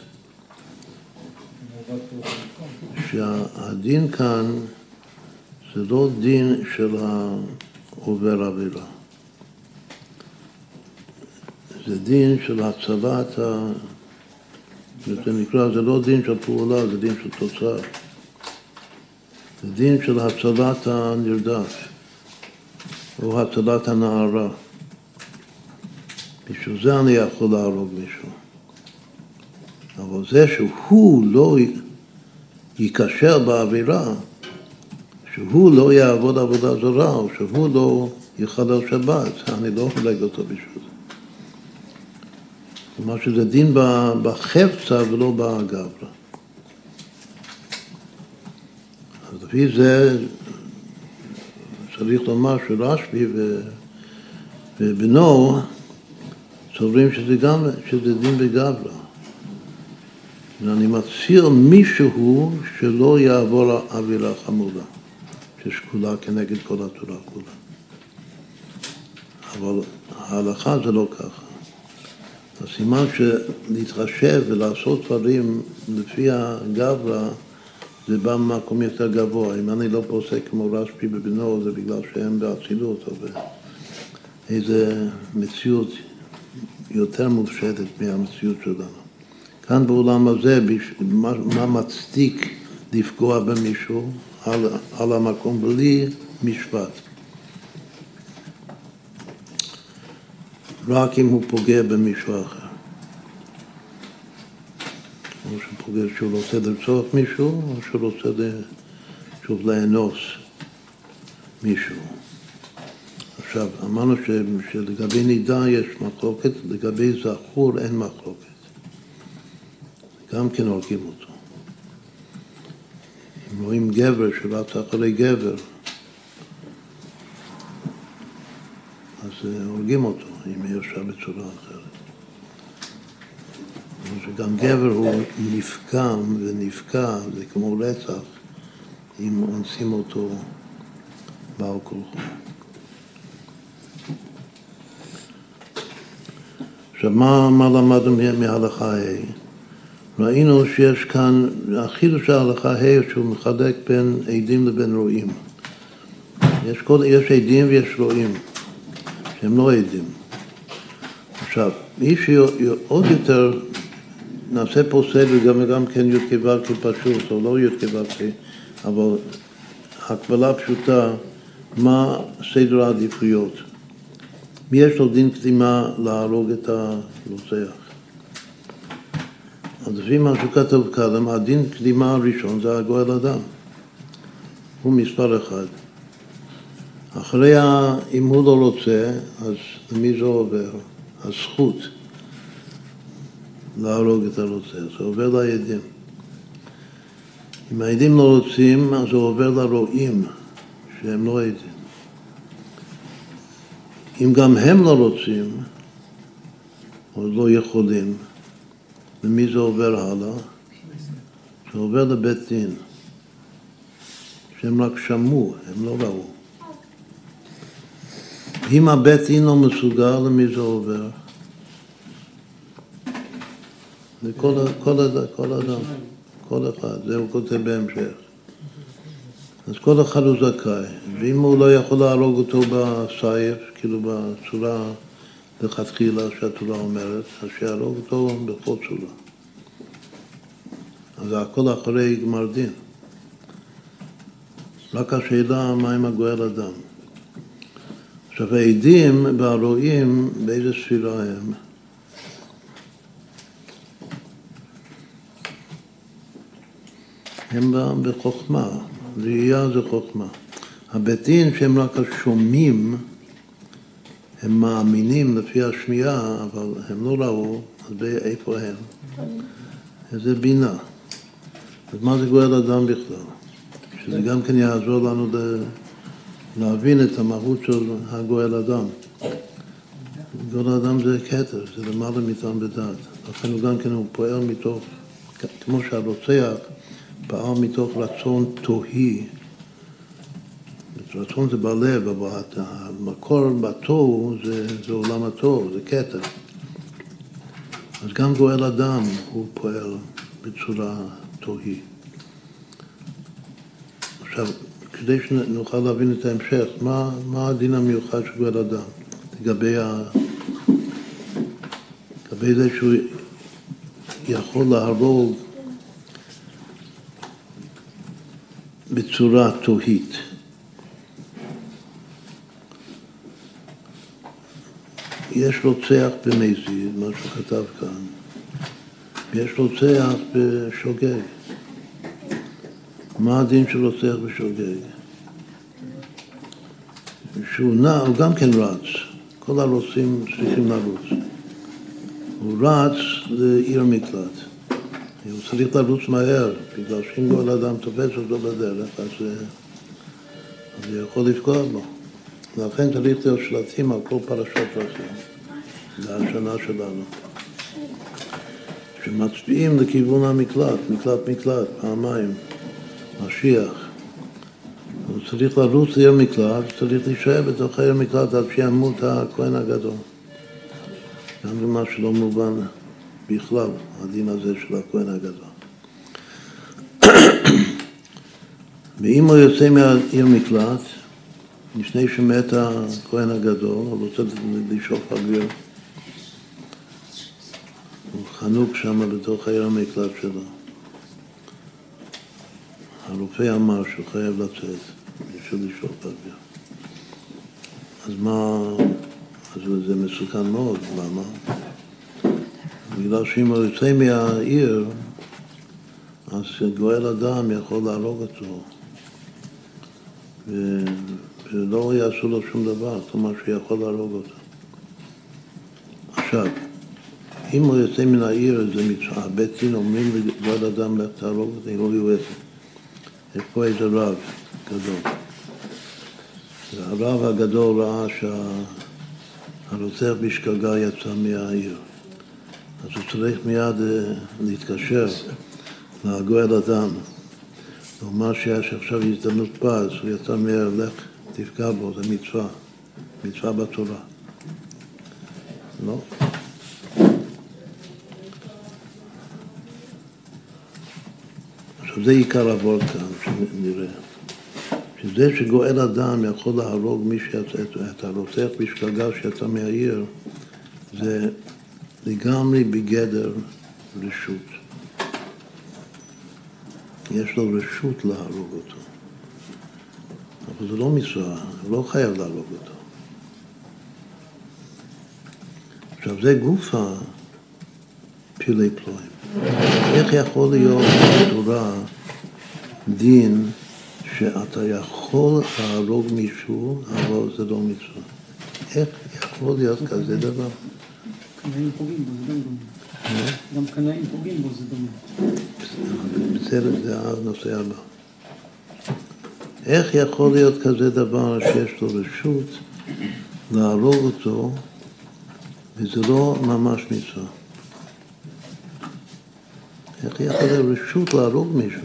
שהדין כאן זה לא דין של העובר עבירה. זה דין של הצלת, זה נקרא, זה לא דין של פעולה, זה דין של תוצאה. זה דין של הצלת הנרדף, או הצלת הנערה. בשביל זה אני יכול להרוג מישהו. אבל זה שהוא לא ייכשל בעבירה, שהוא לא יעבוד עבודה זרה, או שהוא לא יחלל שבת, אני לא הולג אותו בשביל זה. כלומר שזה דין בחפצה ולא בגברא. אז לפי זה צריך לומר שרשב"י ובנו סוברים שזה דין בגברא. ואני מציל מישהו שלא יעבור עבירה חמורה, ששקולה כנגד כל התורה כולה. אבל ההלכה זה לא ככה. הסימן שלהתחשב ולעשות דברים לפי הגברא זה בא ממקום יותר גבוה. אם אני לא פוסק כמו רשב"י בבנו, זה בגלל שהם באצילות, אבל איזה מציאות יותר מופשטת מהמציאות שלנו. כאן בעולם הזה, מה מצדיק לפגוע במישהו על המקום בלי משפט? רק אם הוא פוגע במישהו אחר. או שהוא פוגע שהוא רוצה לרצוח מישהו, או שהוא רוצה שוב לאנוס מישהו. עכשיו, אמרנו שלגבי נידה יש מחלוקת, לגבי זכור אין מחלוקת. גם כן הורגים אותו. אם רואים גבר שרץ אחרי גבר, אז הורגים אותו, אם יהיה אפשר בצורה אחרת. שגם גבר הוא נפגם ונפקע, זה כמו רצח, אם אונסים אותו בעל כורחו. עכשיו, מה למדנו מהלכה ה'? ראינו שיש כאן, החידוש ההלכה ה' שהוא מחלק בין עדים לבין רואים. יש עדים ויש רואים, שהם לא עדים. עכשיו, מי שעוד יותר נעשה פה סדר, גם כן י' כו' כפשוט, או לא י' כו' אבל הקבלה פשוטה, מה סדר העדיפויות? מי יש לו דין קדימה להרוג את הרוצח? אז לפי מה שכתוב כאן, הדין קדימה הראשון זה הגואל אדם. הוא מספר אחד. אחרי, אם הוא לא רוצה, אז למי זה עובר? הזכות להרוג את הרוצח, זה עובר לעדים. אם העדים לא רוצים, אז זה עובר לרועים, שהם לא עדים. אם גם הם לא רוצים, או לא יכולים, למי זה עובר הלאה? זה עובר לבית דין, שהם רק שמעו, הם לא ראו. אם הבית דין לא מסוגל, למי זה עובר? כל אדם, כל אחד, זה הוא כותב בהמשך. אז כל אחד הוא זכאי, ואם הוא לא יכול להרוג אותו בסייף, כאילו בצורה לכתחילה שהתורה אומרת, אז שיהרוג אותו בכל צורה. אז הכל אחרי גמר דין. רק השאלה מה עם הגואל אדם. עכשיו העדים והרועים באיזה ספירה הם? הם בחוכמה, ראייה זה חוכמה. הבית דין שהם רק השומעים, הם מאמינים לפי השמיעה, אבל הם לא ראו, אז איפה הם? איזה בינה. אז מה זה גואל אדם בכלל? שזה גם כן יעזור לנו להבין את המהות של הגואל אדם. גואל אדם זה כתר, זה למעלה מטעם בדעת. לכן הוא גם כן הוא פועל מתוך, כמו שהרוצח פעל מתוך רצון תוהי. רצון זה בלב, אבל המקור בתוהו זה עולם התוהו, זה כתר. אז גם גואל אדם הוא פועל בצורה תוהי. עכשיו, כדי שנוכל להבין את ההמשך, מה הדין המיוחד של גואל אדם? לגבי זה שהוא יכול להרוג בצורה תוהית. יש רוצח במזיד, מה שכתב כאן, ויש רוצח בשוגג. מה הדין של רוצח בשוגג? שהוא נע, הוא גם כן רץ. כל הרוצים צריכים לרוץ. הוא רץ לעיר מקלט. הוא צריך לרוץ מהר, בגלל שאם כל אדם תופס אותו בדרך, אז זה יכול לפגוע בו. לכן צריך להיות שלטים על כל פרשות דרכים. זה השנה שלנו. שמצביעים לכיוון המקלט, מקלט, פעמיים, משיח. הוא צריך לרוץ לעיר מקלט, צריך להישאר בתוך העיר מקלט עד שימות הכהן הגדול. גם למה שלא מובן בכלל, הדין הזה של הכהן הגדול. ואם הוא יוצא מהעיר מקלט, לפני שמת הכהן הגדול, הוא רוצה לשאוף אוויר. הוא חנוק שם בתוך העיר המקלט שלו. הרופא אמר שהוא חייב לצאת, בשביל לשאוף אוויר. אז מה, אז זה מסוכן מאוד, למה? בגלל שאם הוא יוצא מהעיר, אז גואל אדם יכול להרוג אותו. ולא יעשו לו שום דבר, כלומר שיכול להרוג אותו. עכשיו, אם הוא יוצא מן העיר, זה מצווה. הבית דין אומרים לגואל אדם, לך תהרוג אותי, לא יועץ. יש פה איזה רב גדול. והרב הגדול ראה שהרוצח בשגגה יצא מהעיר. אז הוא צריך מיד להתקשר לגואל אדם. הוא אמר שיש עכשיו הזדמנות פז, הוא יצא מהעיר, לך תפגע בו, זה מצווה. מצווה בתורה. לא? עכשיו זה עיקר הוורד כאן, שנראה. שזה שגואל אדם יכול להרוג מי שיצא, את הרוצח בשגגה שיצא מהעיר, זה לגמרי בגדר רשות. יש לו רשות להרוג אותו. אבל זה לא מצווה, הוא לא חייב להרוג אותו. עכשיו זה גופה פילי פלואים. איך יכול להיות בתורה דין שאתה יכול להרוג מישהו, אבל זה לא מצווה. איך יכול להיות כזה דבר? קנאים פוגעים בו, זה גם דומה. גם קנאים פוגעים בו, זה דומה. בסדר, זה הנושא הבא. איך יכול להיות כזה דבר שיש לו רשות להרוג אותו, וזה לא ממש מצווה? איך יכול להיות רשות להרוג מישהו?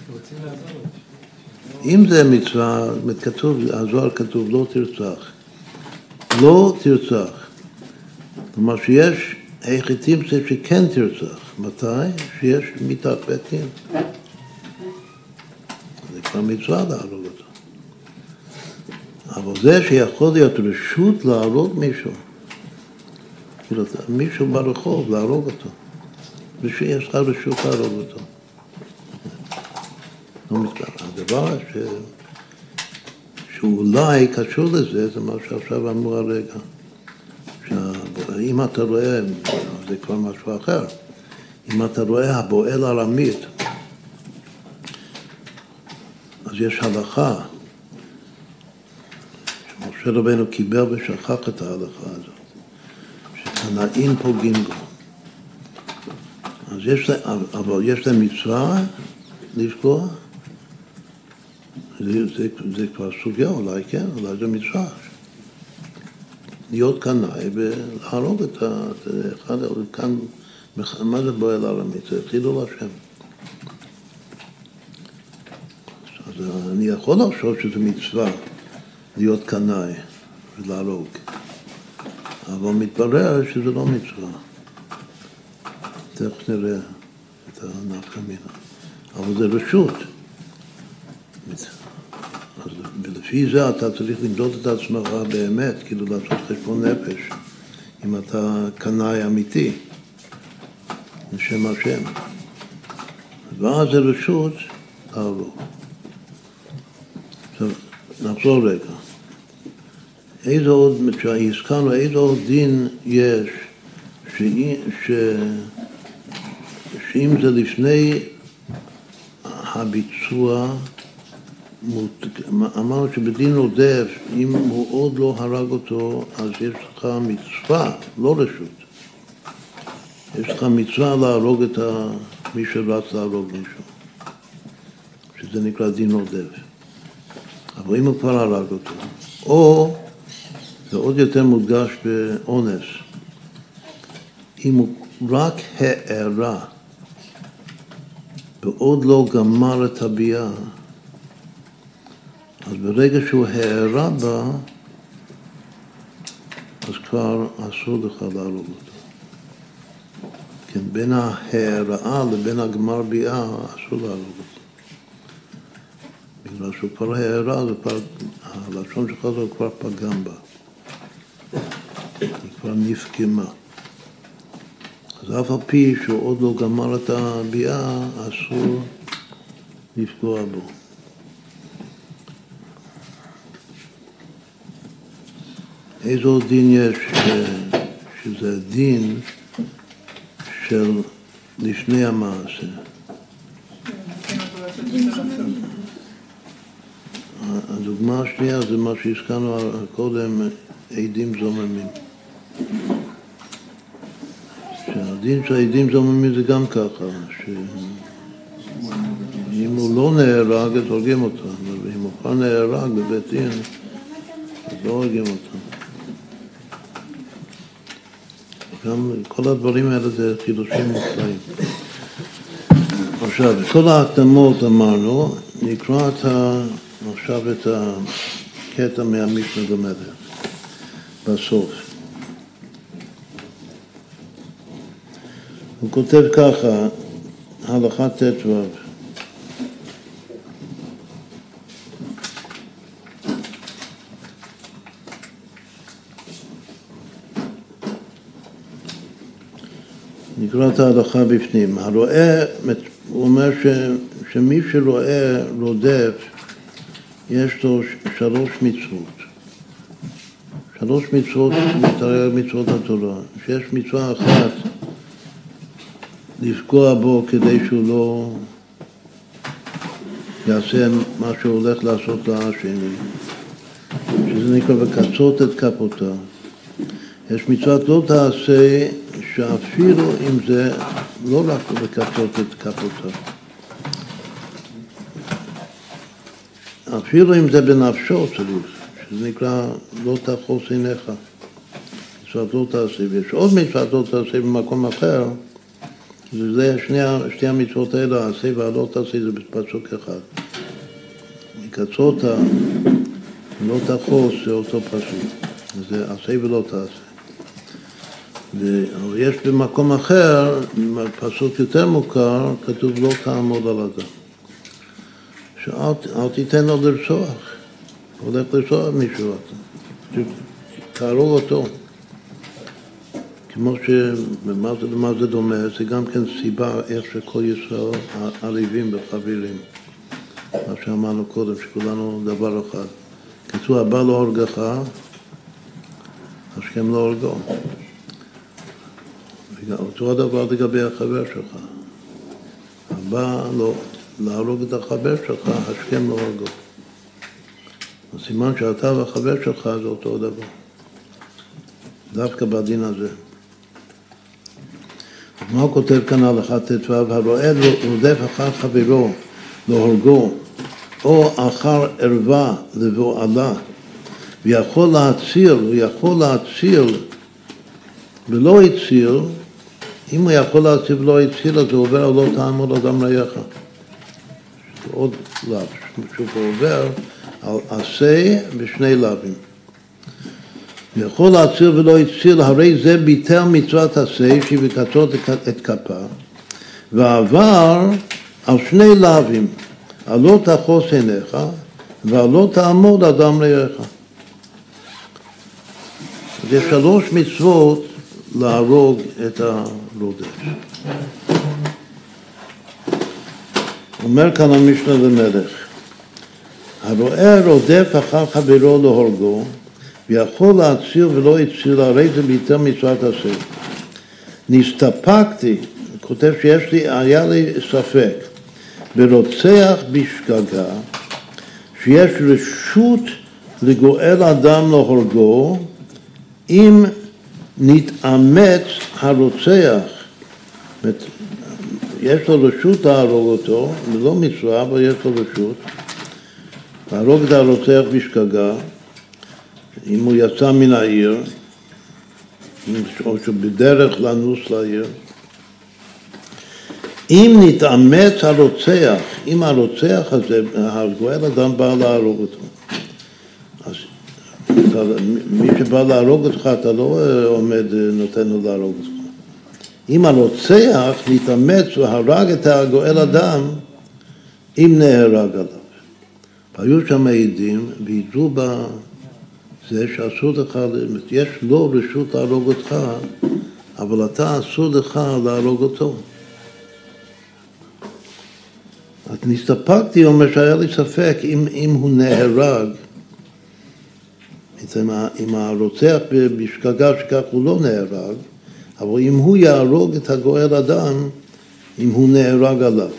אם זה מצווה, כתוב, הזוהר כתוב לא תרצח. לא תרצח. כלומר שיש היחסים שכן תרצח. מתי? שיש מיתת בית דין. זה כבר מצווה להרוג אותו. אבל זה שיכול להיות רשות להרוג מישהו, כאילו מישהו ברחוב להרוג אותו, ושיש לך רשות להרוג אותו. לא מצווה. הדבר שאולי קשור לזה, זה מה שעכשיו אמרו הרגע. אם אתה רואה, זה כבר משהו אחר, אם אתה רואה הבועל ארמית, אז יש הלכה, שמשה רבנו קיבל ושכח את ההלכה הזאת, שקנאים פוגעים בו. אז אבל יש להם מצווה לפגוע, זה כבר סוגיה, אולי כן, אולי זה מצווה. להיות קנאי ולהרוג את אחד, כאן, מה זה בועל ארמית? זה חילול השם. אז אני יכול לחשוב שזה מצווה להיות קנאי ולהרוג, אבל מתברר שזה לא מצווה. תכף נראה את הנפקא מינה. אבל זה רשות. ולפי זה אתה צריך למדוד את עצמך באמת, כאילו לעשות חשבון נפש, אם אתה קנאי אמיתי, לשם השם. ואז זה רשות להרוג. עכשיו, נחזור רגע. איזה עוד, שהזכרנו, איזה עוד דין יש, שאם זה לפני הביצוע, אמרנו שבדין עודף, אם הוא עוד לא הרג אותו, אז יש לך מצווה, לא רשות. יש לך מצווה להרוג את מי שרץ להרוג מישהו, שזה נקרא דין עודף. אבל אם הוא כבר הרג אותו, או, זה עוד יותר מודגש באונס, אם הוא רק הערה, ועוד לא גמר את הביאה, אז ברגע שהוא הערה בה, אז כבר אסור לך להרוג אותו. כן, בין ההערה לבין הגמר ביאה אסור להרוג אותו. בגלל שהוא כבר הערה, הלשון שלך זה כבר פגם בה. היא כבר נפגמה. אז אף על פי שהוא עוד לא גמר את הביאה, אסור לפגוע בו. איזו דין יש שזה דין של לפני המעשה? הדוגמה השנייה זה מה שהזכרנו קודם, עדים זוממים. שהדין של עדים זוממים זה גם ככה, שאם הוא לא נהרג אז הורגים אותם, ואם הוא כבר נהרג בבית דין אז לא הורגים אותם. גם כל הדברים האלה זה חידושים מופלאים. עכשיו, כל ההקדמות אמרנו, נקרא עכשיו את הקטע מהמשנה למלך בסוף. הוא כותב ככה, הלכה ט"ו. נקרא את ההלכה בפנים. הרואה, הוא אומר שמי שרואה רודף, יש לו 3 מצוות. 3 מצוות מתאר מצוות התורה. שיש מצווה אחת לפגוע בו כדי שהוא יעשה מה שהוא הולך לעשות לשני, שזה נקרא וקצות את כפותיו. יש מצוות לא תעשה שאפילו אם זה לא רק וקצות את כפותיו. אפילו אם זה בנפשו צריך, שזה נקרא לא תחוס עיניך. מצוות לא תעשה. ויש עוד מצוות לא תעשה במקום אחר, זה שתי המצוות האלה, העשה והלא תעשה, זה בפסוק אחד. מקצות לא תחוס זה אותו פסוק, זה עשה ולא תעשה. אבל יש במקום אחר, פסוק יותר מוכר, כתוב לא תעמוד על אדם. שאל תיתן לו לרצוח, הולך לרצוח מישהו, תהרוג אותו. כמו למה זה דומה, זה גם כן סיבה איך שכל ישראל עליבים וחבילים. מה שאמרנו קודם, שכולנו דבר אחד. כתוב, הבא לא הורגך, השכם לא הורגו. אותו הדבר לגבי החבר שלך. הבא לא להרוג את החבר שלך, השכם לא הורגו. הסימן שאתה והחבר שלך זה אותו דבר. דווקא בדין הזה. מה הוא כותב כאן הלכה ט"ו? הרואה רודף אחר חברו להורגו, או אחר ערווה לבועלה, ויכול להציל ולא הציל, אם הוא יכול להציל ולא הציל, אז הוא עובר על לא תעמוד אדם רעך. עוד לאו, שהוא עובר על עשה בשני לאווים. יכול להציל ולא הציל, הרי זה ביטל מצוות עשה שהיא וקצות את כפה, ועבר על שני לאווים, על לא תחוס עיניך ועל לא תעמוד אדם רעך. יש 3 מצוות להרוג את הרודף. אומר כאן המשנה למלך, הרואה רודף אחר חברו להורגו, ויכול להציל ולא הציל, הרי זה ביטל מצוות עשה. נסתפקתי, כותב היה לי ספק, ברוצח בשגגה, שיש רשות לגואל אדם להורגו, אם נתאמץ הרוצח. יש לו רשות להרוג אותו, זה לא מצווה, אבל יש לו רשות. להרוג את הרוצח בשגגה, אם הוא יצא מן העיר, או שבדרך לנוס לעיר. אם נתאמץ הרוצח, אם הרוצח הזה, הגואל אדם בא להרוג אותו. אז מי שבא להרוג אותך, אתה לא עומד, נותן לו להרוג אותך. אם הרוצח נתאמץ והרג את הגואל אדם, אם נהרג עליו. היו שם עדים, והידעו זה שאסור לך, יש לו רשות להרוג אותך, אבל אתה אסור לך להרוג אותו. אז נסתפקתי, אומר שהיה לי ספק, אם הוא נהרג, אם הרוצח בשגגה שכך הוא לא נהרג, אבל אם הוא יהרוג את הגואל אדם, אם הוא נהרג עליו.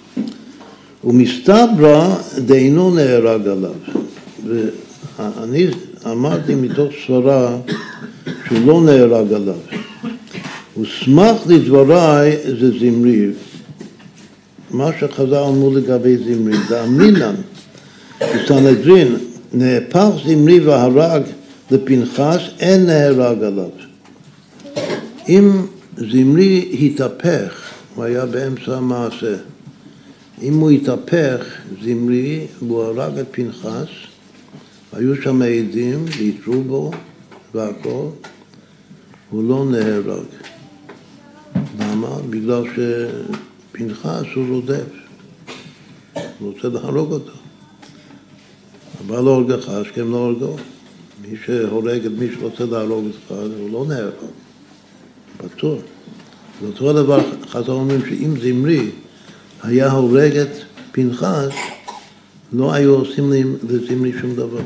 ומסתברא דאינו נהרג עליו. ואני אמרתי מתוך סברה שהוא לא נהרג עליו. וסמך לדבריי זה זמרי. מה שחז"ל אמרו לגבי זמרי, ואמינן, בסנהדרין, נהפך זמרי והרג לפנחס, אין נהרג עליו. אם זמרי התהפך, הוא היה באמצע המעשה, אם הוא התהפך, זמרי, והוא הרג את פנחס, היו שם עדים, והתרו בו והכל, הוא לא נהרג. למה? בגלל שפנחס הוא רודף, הוא רוצה להרוג אותו. הבא לא הורגך, השכם לא הורגו. מי שהורג את מי שרוצה להרוג אותך, הוא לא נהרג. פטור. ואותו הדבר, חז"ל אומרים שאם זמרי היה הורג את פנחס, לא היו עושים לזמרי שום דבר.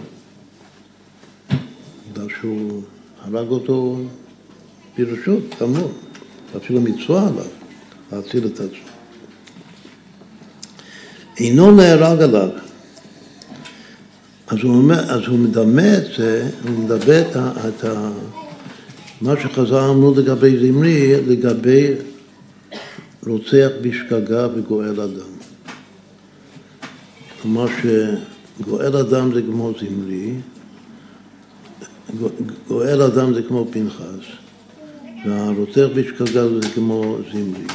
בגלל שהוא הרג אותו ברשות, כמובן. אפילו מצווה עליו, להציל את עצמו. אינו נהרג עליו. אז הוא מדמה את זה, הוא מדבר את מה שחז"ל אמרו לגבי זמרי, לגבי רוצח בשגגה וגואל אדם. כלומר שגואל אדם זה כמו זמרי, גואל אדם זה כמו פנחס, והרוצח בשגגה זה כמו זמרי.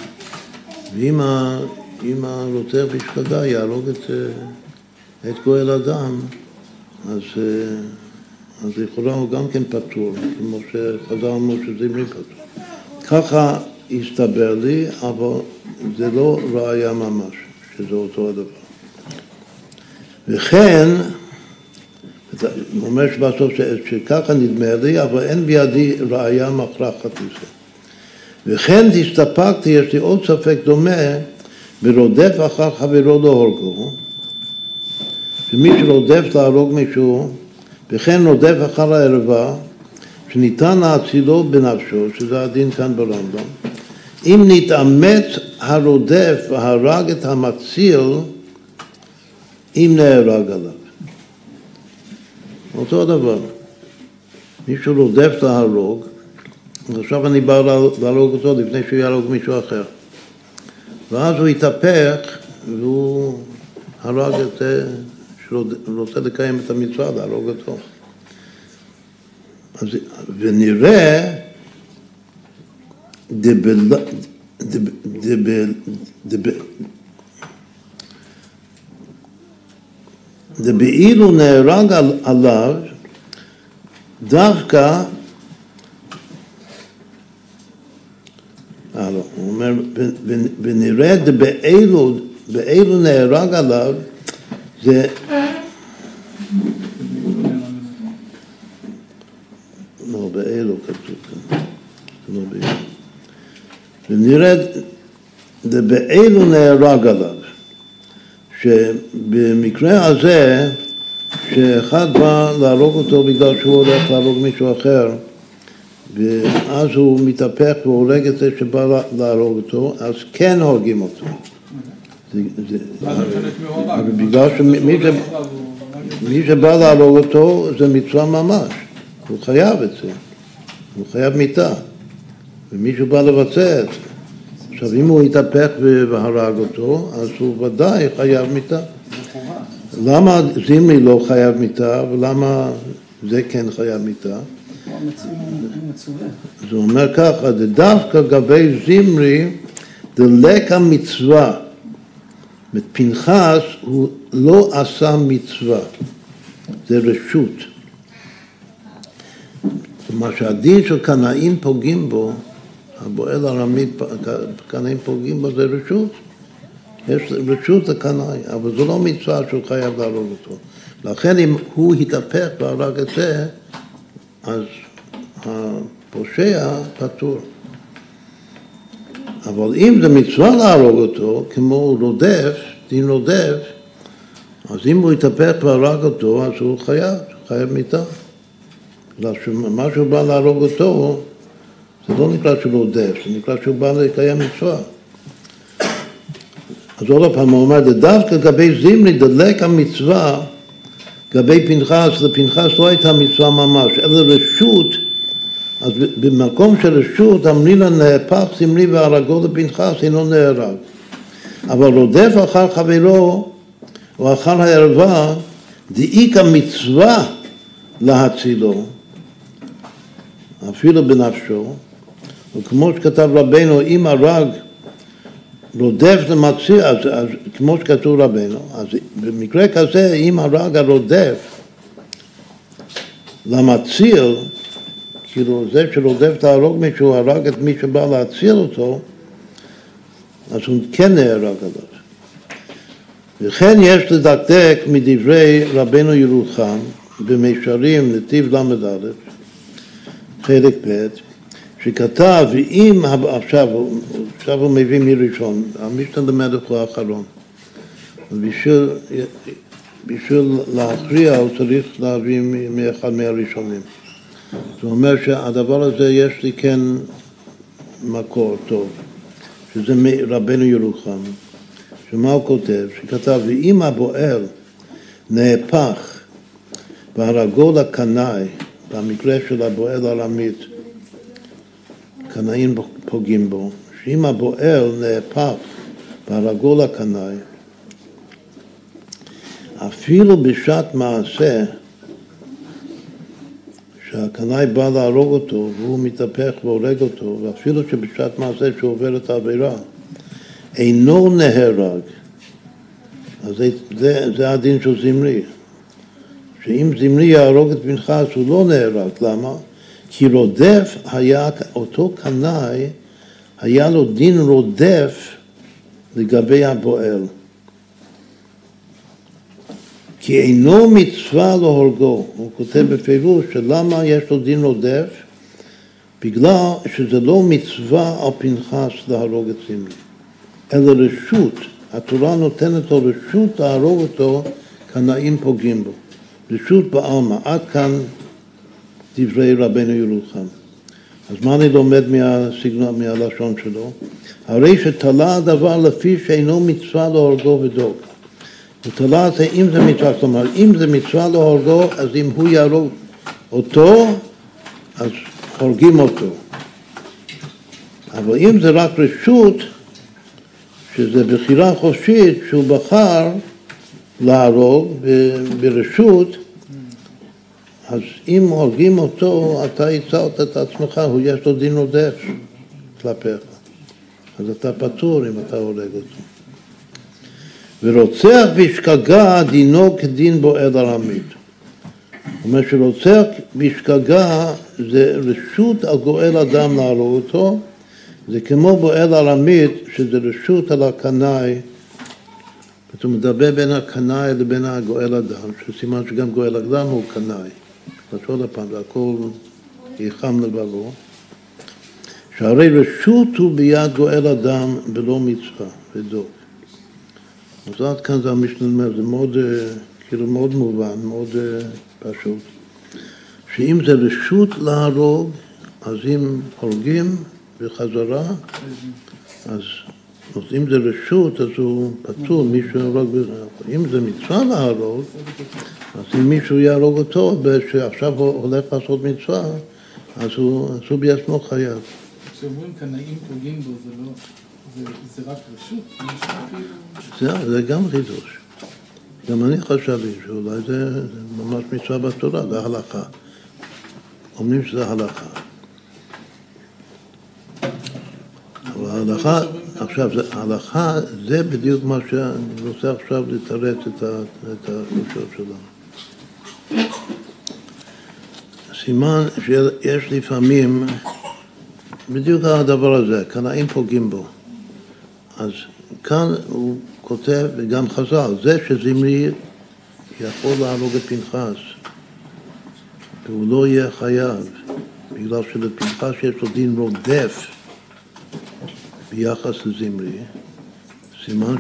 ואם הרוצח בשגגה יהרוג את גואל אדם, אז לכאורה הוא גם כן פטור, כמו שחז"ל אמרו שזמרי פטור. ככה הסתבר לי, אבל זה לא ראיה ממש, שזה אותו הדבר. וכן, הוא אומר שבסוף שככה נדמה לי, אבל אין בידי ראיה מכרחת לזה. וכן הסתפקתי, יש לי עוד ספק דומה, ברודף אחר חברו להורגו, שמי שרודף להרוג מישהו, וכן רודף אחר הערווה, שניתן להצילו בנפשו, שזה הדין כאן ברמב"ם, אם נתאמץ הרודף והרג את המציל, אם נהרג עליו. אותו הדבר. מישהו רודף להרוג, עכשיו אני בא להרוג אותו לפני שהוא יהרוג מישהו אחר. ואז הוא התהפך והוא הרג את זה, שרוצה לקיים את המצווה, להרוג אותו. אז, ונראה דבאילו נהרג עליו דווקא, הוא אומר, ונראה דבאילו נהרג עליו, זה לא, באלו כתוב כאן, זה לא באלו. ונראה דבאילו נהרג עליו, שבמקרה הזה, שאחד בא להרוג אותו בגלל שהוא הולך להרוג מישהו אחר, ואז הוא מתהפך והורג את זה שבא להרוג אותו, אז כן הורגים אותו. בגלל שמי שבא להרוג אותו זה מצווה ממש, הוא חייב את זה, הוא חייב מיתה, ומישהו בא לבצע את זה. עכשיו אם הוא יתהפך והרג אותו, אז הוא ודאי חייב מיתה. למה זמרי לא חייב מיתה, ולמה זה כן חייב מיתה? זה אומר ככה, דווקא גבי זמרי, דלק המצווה. פנחס הוא לא עשה מצווה, זה רשות. מה שהדין של קנאים פוגעים בו, הבועל הרמי, קנאים פוגעים בו, זה רשות. יש רשות לקנאי, אבל זו לא מצווה שהוא חייב להרוג אותו. לכן אם הוא התהפך והרג את זה, אז הפושע פטור. אבל אם זה מצווה להרוג אותו, כמו רודף, דין רודף, אז אם הוא יתהפך והרג אותו, אז הוא חייב מיתה. מה שהוא בא להרוג אותו, זה לא נקרא שהוא רודף, זה נקרא שהוא בא לקיים מצווה. אז עוד פעם הוא אומר, דווקא גבי זמרי דלק המצווה, גבי פנחס, לפנחס לא הייתה מצווה ממש, אלא רשות, אז במקום של רשות, אמרינן נהפך זמרי והרגו לפנחס, אינו נהרג. אבל רודף אחר חברו, או אחר הערווה, דאיק המצווה להצילו, אפילו בנפשו, וכמו שכתב רבנו, אם הרג רודף למציל, אז כמו שכתוב רבנו, אז במקרה כזה, אם הרג הרודף למציל, כאילו זה שרודף להרוג מישהו, הרג את מי שבא להציל אותו, אז הוא כן נהרג עליו. וכן יש לדקדק מדברי רבנו ירוחם, במישרים נתיב למד א', חלק ב', שכתב, ואם, עכשיו הוא מביא מראשון, המשנה למדך הוא האחרון. בשביל להכריע הוא צריך להביא מאחד מהראשונים. זאת אומרת שהדבר הזה יש לי כן מקור טוב, שזה רבנו ירוחם, שמה הוא כותב? שכתב, ואם הבועל נהפך והרגו לקנאי, במקרה של הבועל הרמית, קנאים פוגעים בו, שאם הבועל נהפך והרגו לקנאי, אפילו בשעת מעשה, שהקנאי בא להרוג אותו והוא מתהפך והורג אותו, ואפילו שבשעת מעשה שהוא עובר את העבירה, אינו נהרג. אז זה הדין של זמרי. שאם זמרי יהרוג את פנחס הוא לא נהרג. למה? כי רודף היה, אותו קנאי, היה לו דין רודף לגבי הבועל. כי אינו מצווה להורגו. הוא כותב בפירוש שלמה יש לו דין רודף? בגלל שזה לא מצווה על פנחס להרוג את זמרי. אלא רשות, התורה נותנת לו רשות להרוג אותו, קנאים פוגעים בו. רשות בעלמא, עד כאן דברי רבנו ירוחם. אז מה אני לומד מהלשון שלו? הרי שתלה הדבר לפי שאינו מצווה להורגו ודוג. הוא תלה את זה אם זה מצווה, כלומר, אם זה מצווה להורגו, אז אם הוא יהרוג אותו, אז הורגים אותו. אבל אם זה רק רשות, שזה בחירה חופשית, שהוא בחר להרוג ברשות, אז אם הורגים אותו, אתה הצעת את עצמך, הוא יש לו דין עודף כלפיך. אז אתה פטור אם אתה הורג אותו. ורוצח בשגגה דינו כדין בועל הרמית. זאת אומרת שרוצח בשגגה זה רשות על גואל אדם להרוג אותו, זה כמו בועל הרמית, שזה רשות על הקנאי, הוא מדבר בין הקנאי לבין הגואל אדם, שסימן שגם גואל אדם הוא קנאי. אז עוד הפעם, זה הכל יחם לבבו. שהרי רשות הוא ביד גואל אדם בלא מצווה ודוג. אז עד כאן זה המשנה, זה מאוד, כאילו מאוד מובן, מאוד פשוט. שאם זה רשות להרוג, אז אם הורגים בחזרה, אז אם זה רשות, אז הוא פטור, מישהו יהרוג בזה. אם זה מצווה להרוג, אז אם מישהו יהרוג אותו, שעכשיו הוא הולך לעשות מצווה, אז הוא בעצמו חייב. כשאומרים קנאים פוגעים בו, זה רק רשות? זה גם חידוש. גם אני חשבתי שאולי זה ממש מצווה בתורה, זה הלכה. אומרים שזה הלכה. אבל ההלכה, עכשיו, ההלכה זה בדיוק מה שאני רוצה עכשיו לתרץ את הקושות שלנו. סימן שיש לפעמים בדיוק הדבר הזה, קנאים פוגעים בו. אז כאן הוא כותב, וגם חז"ל, זה שזמרי יכול להרוג את פנחס, והוא לא יהיה חייב, בגלל שלפנחס יש לו דין רודף ביחס לזמרי, סימן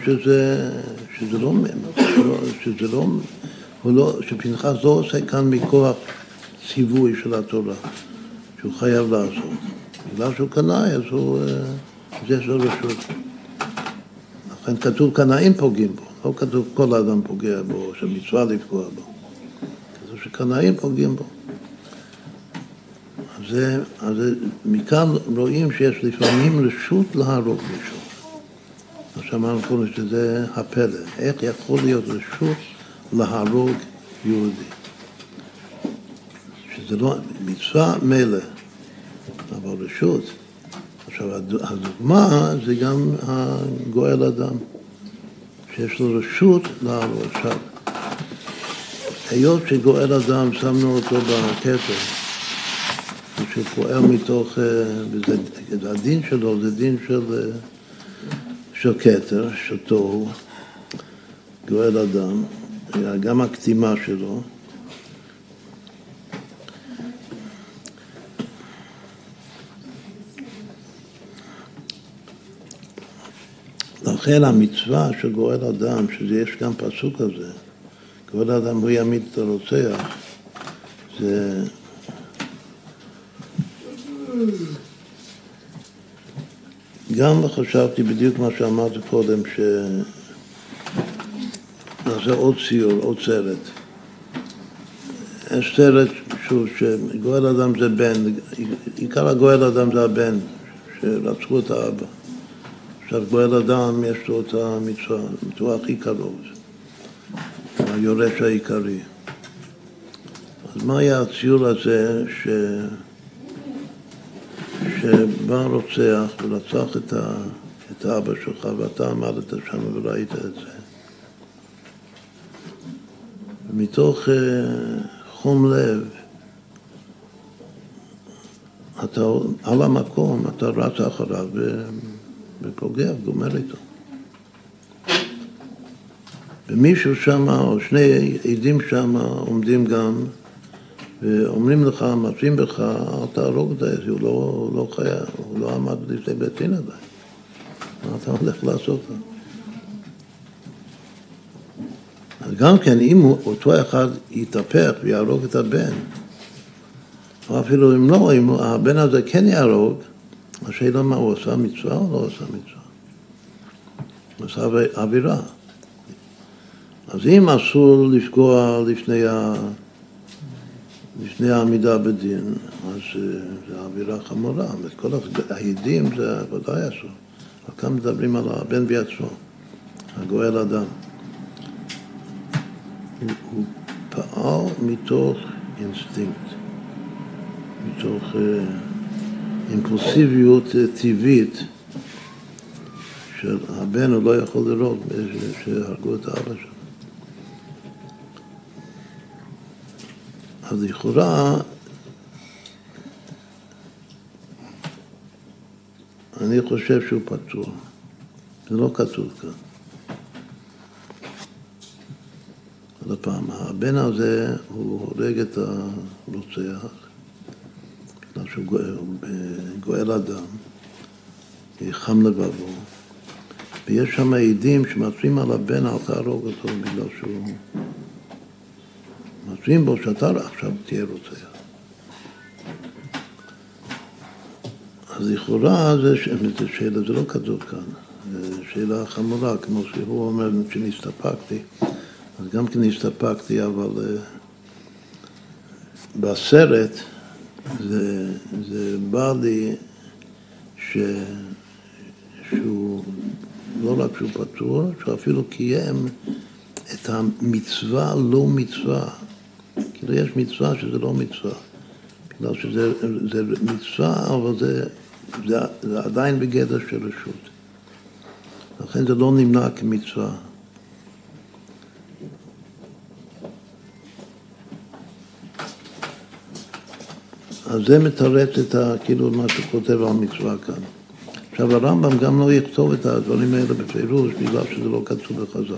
שפנחס לא עושה כאן מכוח ציווי של התורה, שהוא חייב לעשות. בגלל שהוא קנאי, אז זה של רשות. לכן כתוב קנאים פוגעים בו, לא כתוב כל האדם פוגע בו, או שמצווה לפגוע בו. כתוב שקנאים פוגעים בו. אז מכאן רואים שיש לפעמים רשות להרוג מישהו. עכשיו אמרנו שזה הפלא. איך יכול להיות רשות להרוג יהודי? שזה לא מצווה מלא, אבל רשות. עכשיו הדוגמה זה גם הגואל אדם, שיש לו רשות להרוג. עכשיו, היות שגואל אדם שמנו אותו בכתר, שפועל מתוך, הדין שלו זה דין של כתר, שתוהו, גואל אדם, גם הכתימה שלו. לכן המצווה של גואל אדם, שיש גם פסוק כזה, גואל אדם הוא יעמיד את הרוצח, זה גם חשבתי בדיוק מה שאמרתי קודם, נעשה עוד ציור, עוד סרט. יש סרט שגואל אדם זה בן, עיקר הגואל אדם זה הבן, שרצחו את האבא. עכשיו גואל אדם יש לו את המצווה הכי קרוב, היורש העיקרי. אז מה היה הציור הזה שבא רוצח ורצח את האבא שלך ואתה עמדת שם וראית את זה? ומתוך חום לב, אתה על המקום, אתה רץ אחריו ופוגע, גומר איתו. ומישהו שם, או שני עדים שם עומדים גם, ואומרים לך, מצאים בך, אל תהרוג את זה, הוא לא חיה, הוא לא עמד לפני בית דין עדיין. מה אתה הולך לעשות? אז גם כן, אם אותו אחד יתהפך ויהרוג את הבן, או אפילו אם לא, אם הבן הזה כן יהרוג, השאלה מה, הוא עושה מצווה או לא עושה מצווה? הוא עושה עבירה. אז אם אסור לפגוע לפני העמידה בדין, אז זה עבירה חמורה. כל העדים זה ודאי אסור. אבל כאן מדברים על הבן בעצמו, הגואל אדם. הוא פעל מתוך אינסטינקט, מתוך אימפולסיביות טבעית של הבן הוא לא יכול לראות שהרגו את האבא שלו. אז לכאורה אני חושב שהוא פצוע. זה לא כתוב כאן. עוד פעם, הבן הזה הוא הורג את הרוצח, בגלל שהוא גואל אדם, חם לבבו, ויש שם עדים שמצאים על הבן, אל תהרוג אותו בגלל שהוא מצאים בו שאתה עכשיו תהיה רוצח. אז לכאורה זה שאלה, זה לא כתוב כאן, זה שאלה חמורה, כמו שהוא אומר שנסתפקתי, אז גם כן הסתפקתי, אבל בסרט זה בא לי שהוא לא רק שהוא פצוע, שהוא אפילו קיים את המצווה לא מצווה. כאילו יש מצווה שזה לא מצווה, בגלל שזה מצווה, אבל זה עדיין בגדר של רשות. לכן זה לא נמנע כמצווה. אז זה מתרץ את כאילו מה שכותב על מצווה כאן. עכשיו הרמב"ם גם לא יכתוב את הדברים האלה בפירוש, בגלל שזה לא כתוב בחז"ל.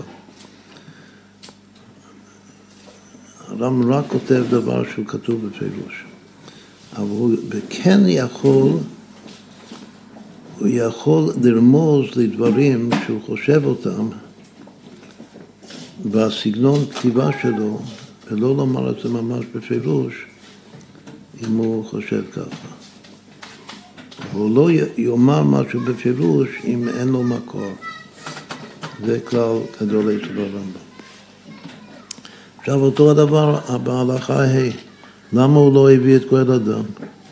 הרמב"ם רק כותב דבר שהוא כתוב בפירוש. אבל הוא כן הוא יכול לרמוז לדברים שהוא חושב אותם בסגנון כתיבה שלו, ולא לומר את זה ממש בפירוש, אם הוא חושב ככה. הוא לא יאמר משהו בפירוש אם אין לו מקור. זה כלל גדול של הרמב"ם. עכשיו אותו הדבר בהלכה למה הוא לא הביא את גואל אדם?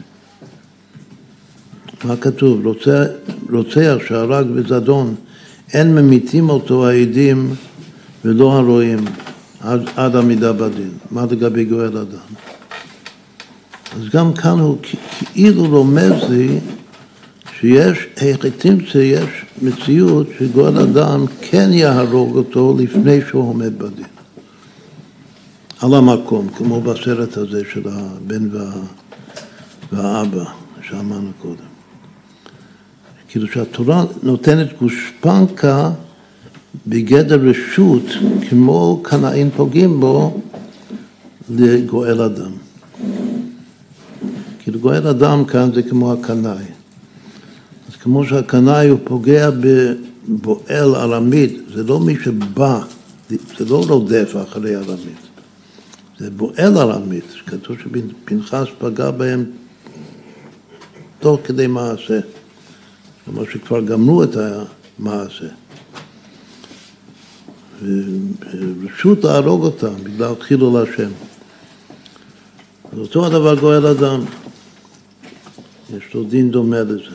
מה כתוב? רוצח שהרג בזדון, אין ממיתים אותו העדים ולא הרואים עד עמידה בדין. מה לגבי גואל אדם? אז גם כאן הוא כאילו רומז לי שיש, איך תמצא, יש מציאות שגואל אדם כן יהרוג אותו לפני שהוא עומד בדין. על המקום, כמו בסרט הזה של הבן והאבא, שאמרנו קודם. כאילו שהתורה נותנת גושפנקה בגדר רשות, כמו קנאים פוגעים בו, לגואל אדם. כאילו גואל אדם כאן זה כמו הקנאי. אז כמו שהקנאי הוא פוגע בבועל ארמית, זה לא מי שבא, זה לא רודף אחרי ארמית. זה בועל ארמית, שכתוב שפנחס פגע בהם תוך כדי מעשה. כלומר שכבר גמרו את המעשה. ורשות להרוג אותם בגלל חילול השם. אז אותו הדבר גואל אדם, יש לו דין דומה לזה,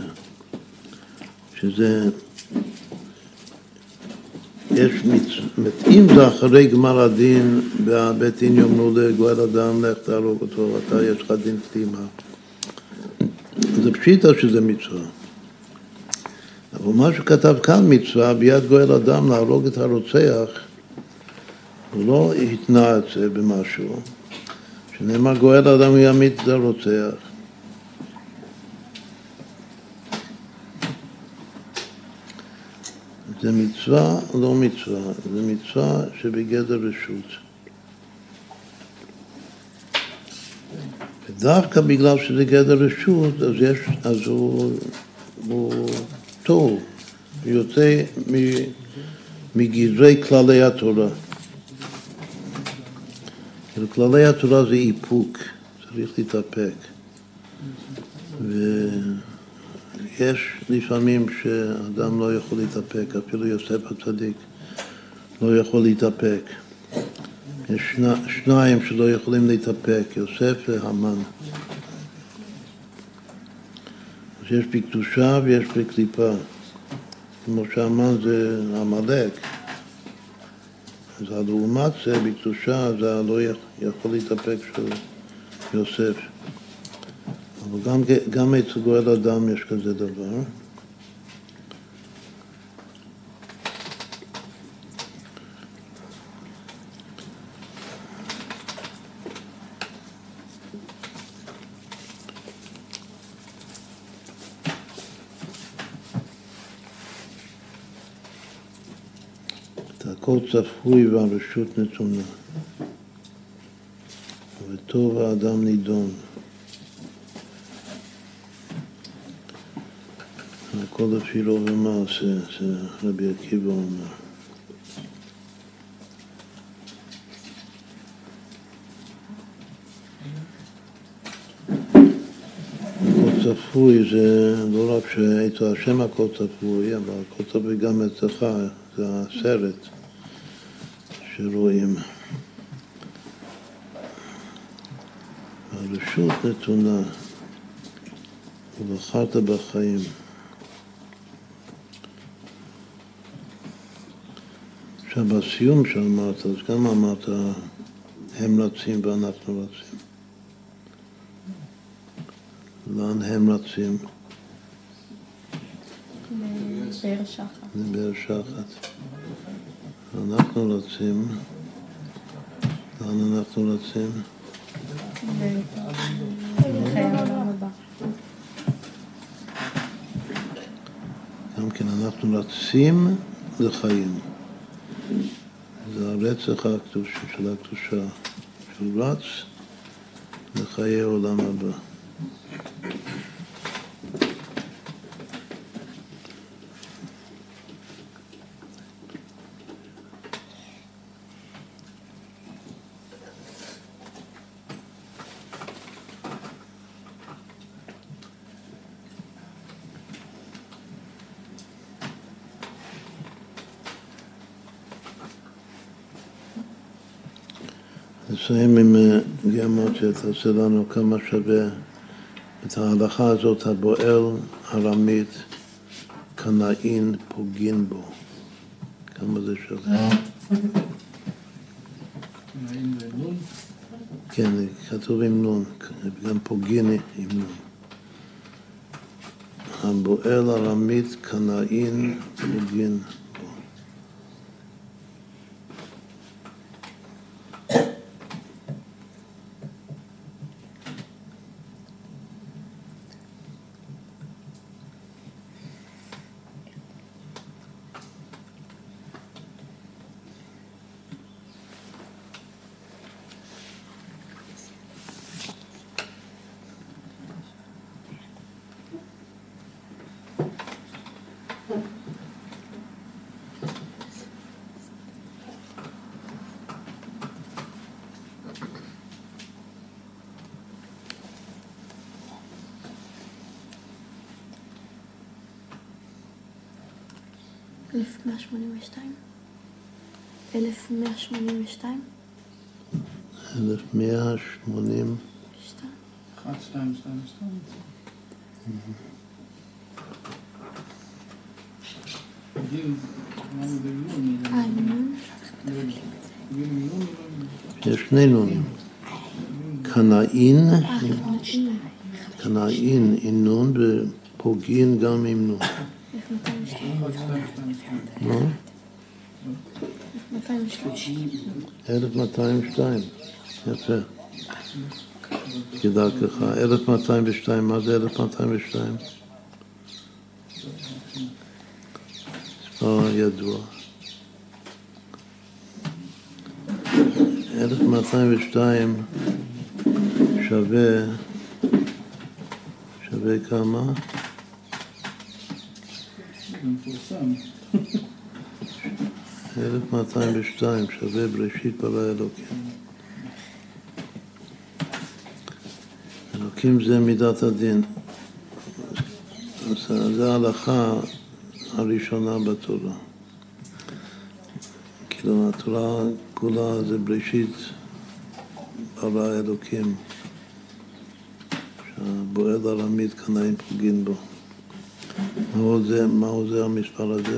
שזה, יש אם זה אחרי גמר הדין והבית דין יאמרו לגואל אדם לך תהרוג אותו, אתה יש לך דין קדימה, זה פשיטה שזה מצווה. אבל מה שכתב כאן מצווה, ביד גואל אדם להרוג את הרוצח, הוא לא התנה את זה במשהו, שנאמר גואל אדם יעמיד את הרוצח. זה מצווה, לא מצווה, זה מצווה שבגדר רשות. ודווקא בגלל שזה גדר רשות, אז הוא טוב, יוצא מגדרי כללי התורה. כללי התורה זה איפוק, צריך להתאפק. ויש לפעמים שאדם לא יכול להתאפק, אפילו יוסף הצדיק לא יכול להתאפק. יש שניים שלא יכולים להתאפק, יוסף והמן. אז יש בקדושה ויש בקליפה. כמו שהמן זה עמלק. אז לעומת זה, בקדושה, זה לא יכול להתאפק של יוסף. אבל גם אצל גואל אדם יש כזה דבר. הכל צפוי והרשות נתונה, וטוב האדם נידון. הכל לפי רוב ומעשה, זה רבי עקיבא אומר. הכל צפוי זה לא רק שאצל השם הכל צפוי, אבל הכל צפוי גם אצלך, זה הסרט. שרואים. הרשות נתונה, ובחרת בחיים. עכשיו, בסיום שאמרת, אז גם אמרת, הם רצים ואנחנו רצים. לאן הם רצים? לבאר שחת. לבאר שחת. אנחנו רצים, לאן אנחנו רצים? לחיי העולם הבא. גם כן, אנחנו רצים לחיים. זה הרצח של הקדושה, שהוא רץ לחיי העולם הבא. נסיים עם גיאומטריה, תעשה לנו כמה שווה את ההלכה הזאת, הבועל, ארמית, קנאין, פוגין בו. כמה זה שווה? קנאים בנון? כן, כתוב עם נון, גם פוגין עם נון. הבועל, ארמית, קנאין, פוגין בו. לפני 82? 1182. 1180. 1, 2, 2, 2. גיל, אמרנו זה מילון. מילון. גיל מילון. יש שני נונים. קנאין, קנאין. קנאין עם נון ופוגין גם עם נון. 1202. 1, 2, 2, 2. לא? 1202. 1202. יפה. כדרכך. 1202. מה זה 1202? מספר ידוע. 1202 שווה כמה? זה מפורסם. 1202 שווה בראשית ברא אלוקים. אלוקים זה מידת הדין. אז זה ההלכה הראשונה בתורה. כאילו התורה כולה זה בראשית ברא אלוקים. שהבועל הרמית קנאים פוגעים בו. מהו זה המספר הזה?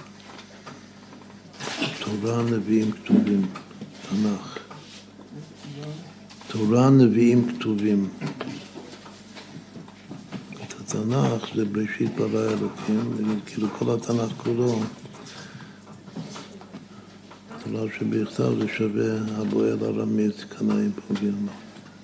תורה, נביאים, כתובים. תנ"ך. תורה, נביאים, כתובים. התנ"ך זה בראשית ברא אלוקים, כאילו כל התנ"ך כולו, תורה שבכתב זה שווה הבועל הרמית קנאים פוגעים בו.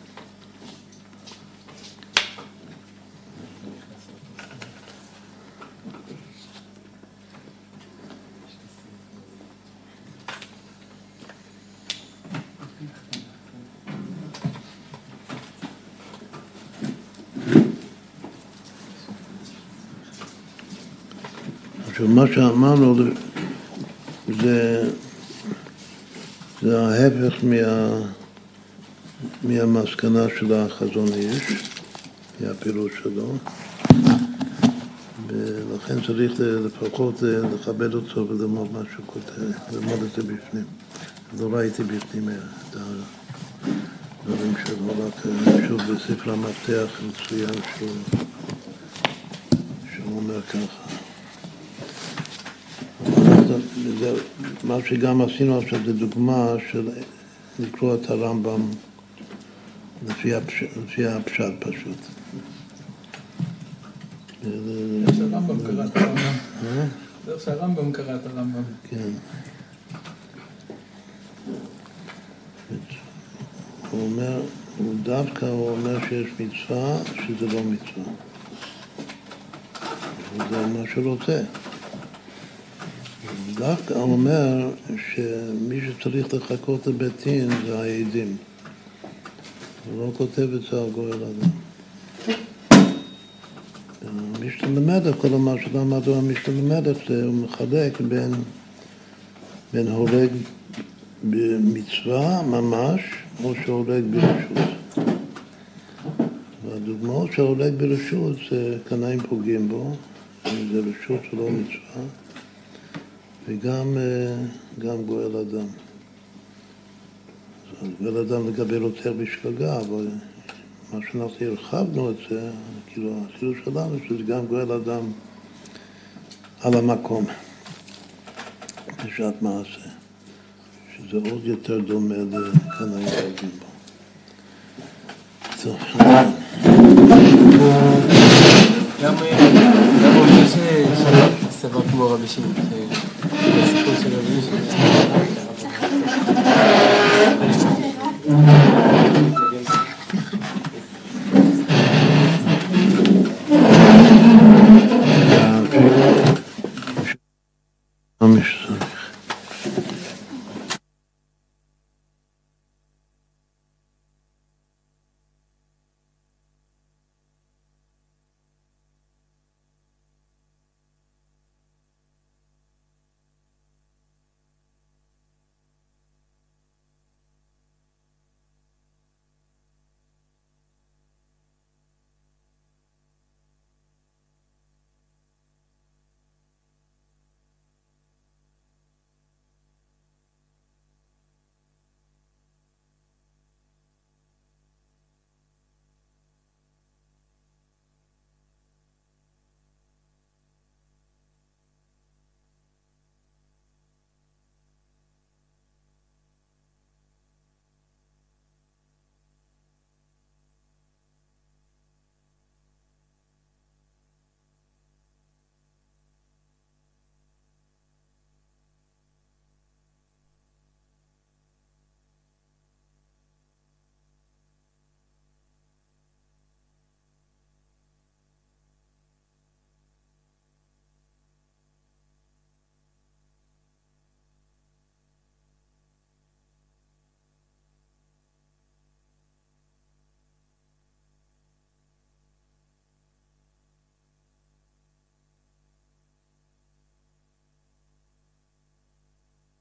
עכשיו, מה שאמרנו זה ההפך מהמסקנה של החזון איש, מהפירוש שלו, ולכן צריך לפחות לכבד אותו וללמוד מה שהוא כותב, ללמוד את זה בפנים. לא ראיתי בפנים את הדברים שלו, רק שוב בספר המפתח מצוין שהוא אומר ככה. מה שגם עשינו עכשיו זה דוגמה של לקרוא את הרמב"ם לפי הפשט פשוט. איך שהרמב"ם קרא את הרמב"ם. איך שהרמב"ם קרא את הרמב"ם. כן. הוא דווקא אומר שיש מצווה שזה לא מצווה. זה מה שרוצה. דווקא הוא אומר שמי שצריך לחכות לבית דין זה העדים. הוא לא כותב את זה על גואל אדם. המשתלמדת, כל מה שלמדו המשתלמדת, הוא מחלק בין הורג במצווה ממש, או שהורג ברשות. והדוגמאות שהורג ברשות זה קנאים פוגעים בו, זה רשות שלא מצווה. וגם גואל אדם. גואל אדם לגבי רוצח בשגגה, אבל מה שאנחנו הרחבנו את זה, כאילו החידוש שלנו, שזה גם גואל אדם על המקום, בשעת מעשה, שזה עוד יותר דומה לקנאים פוגעים בו. טוב. גם הוא אומר שסבר כמו רבי שמעון.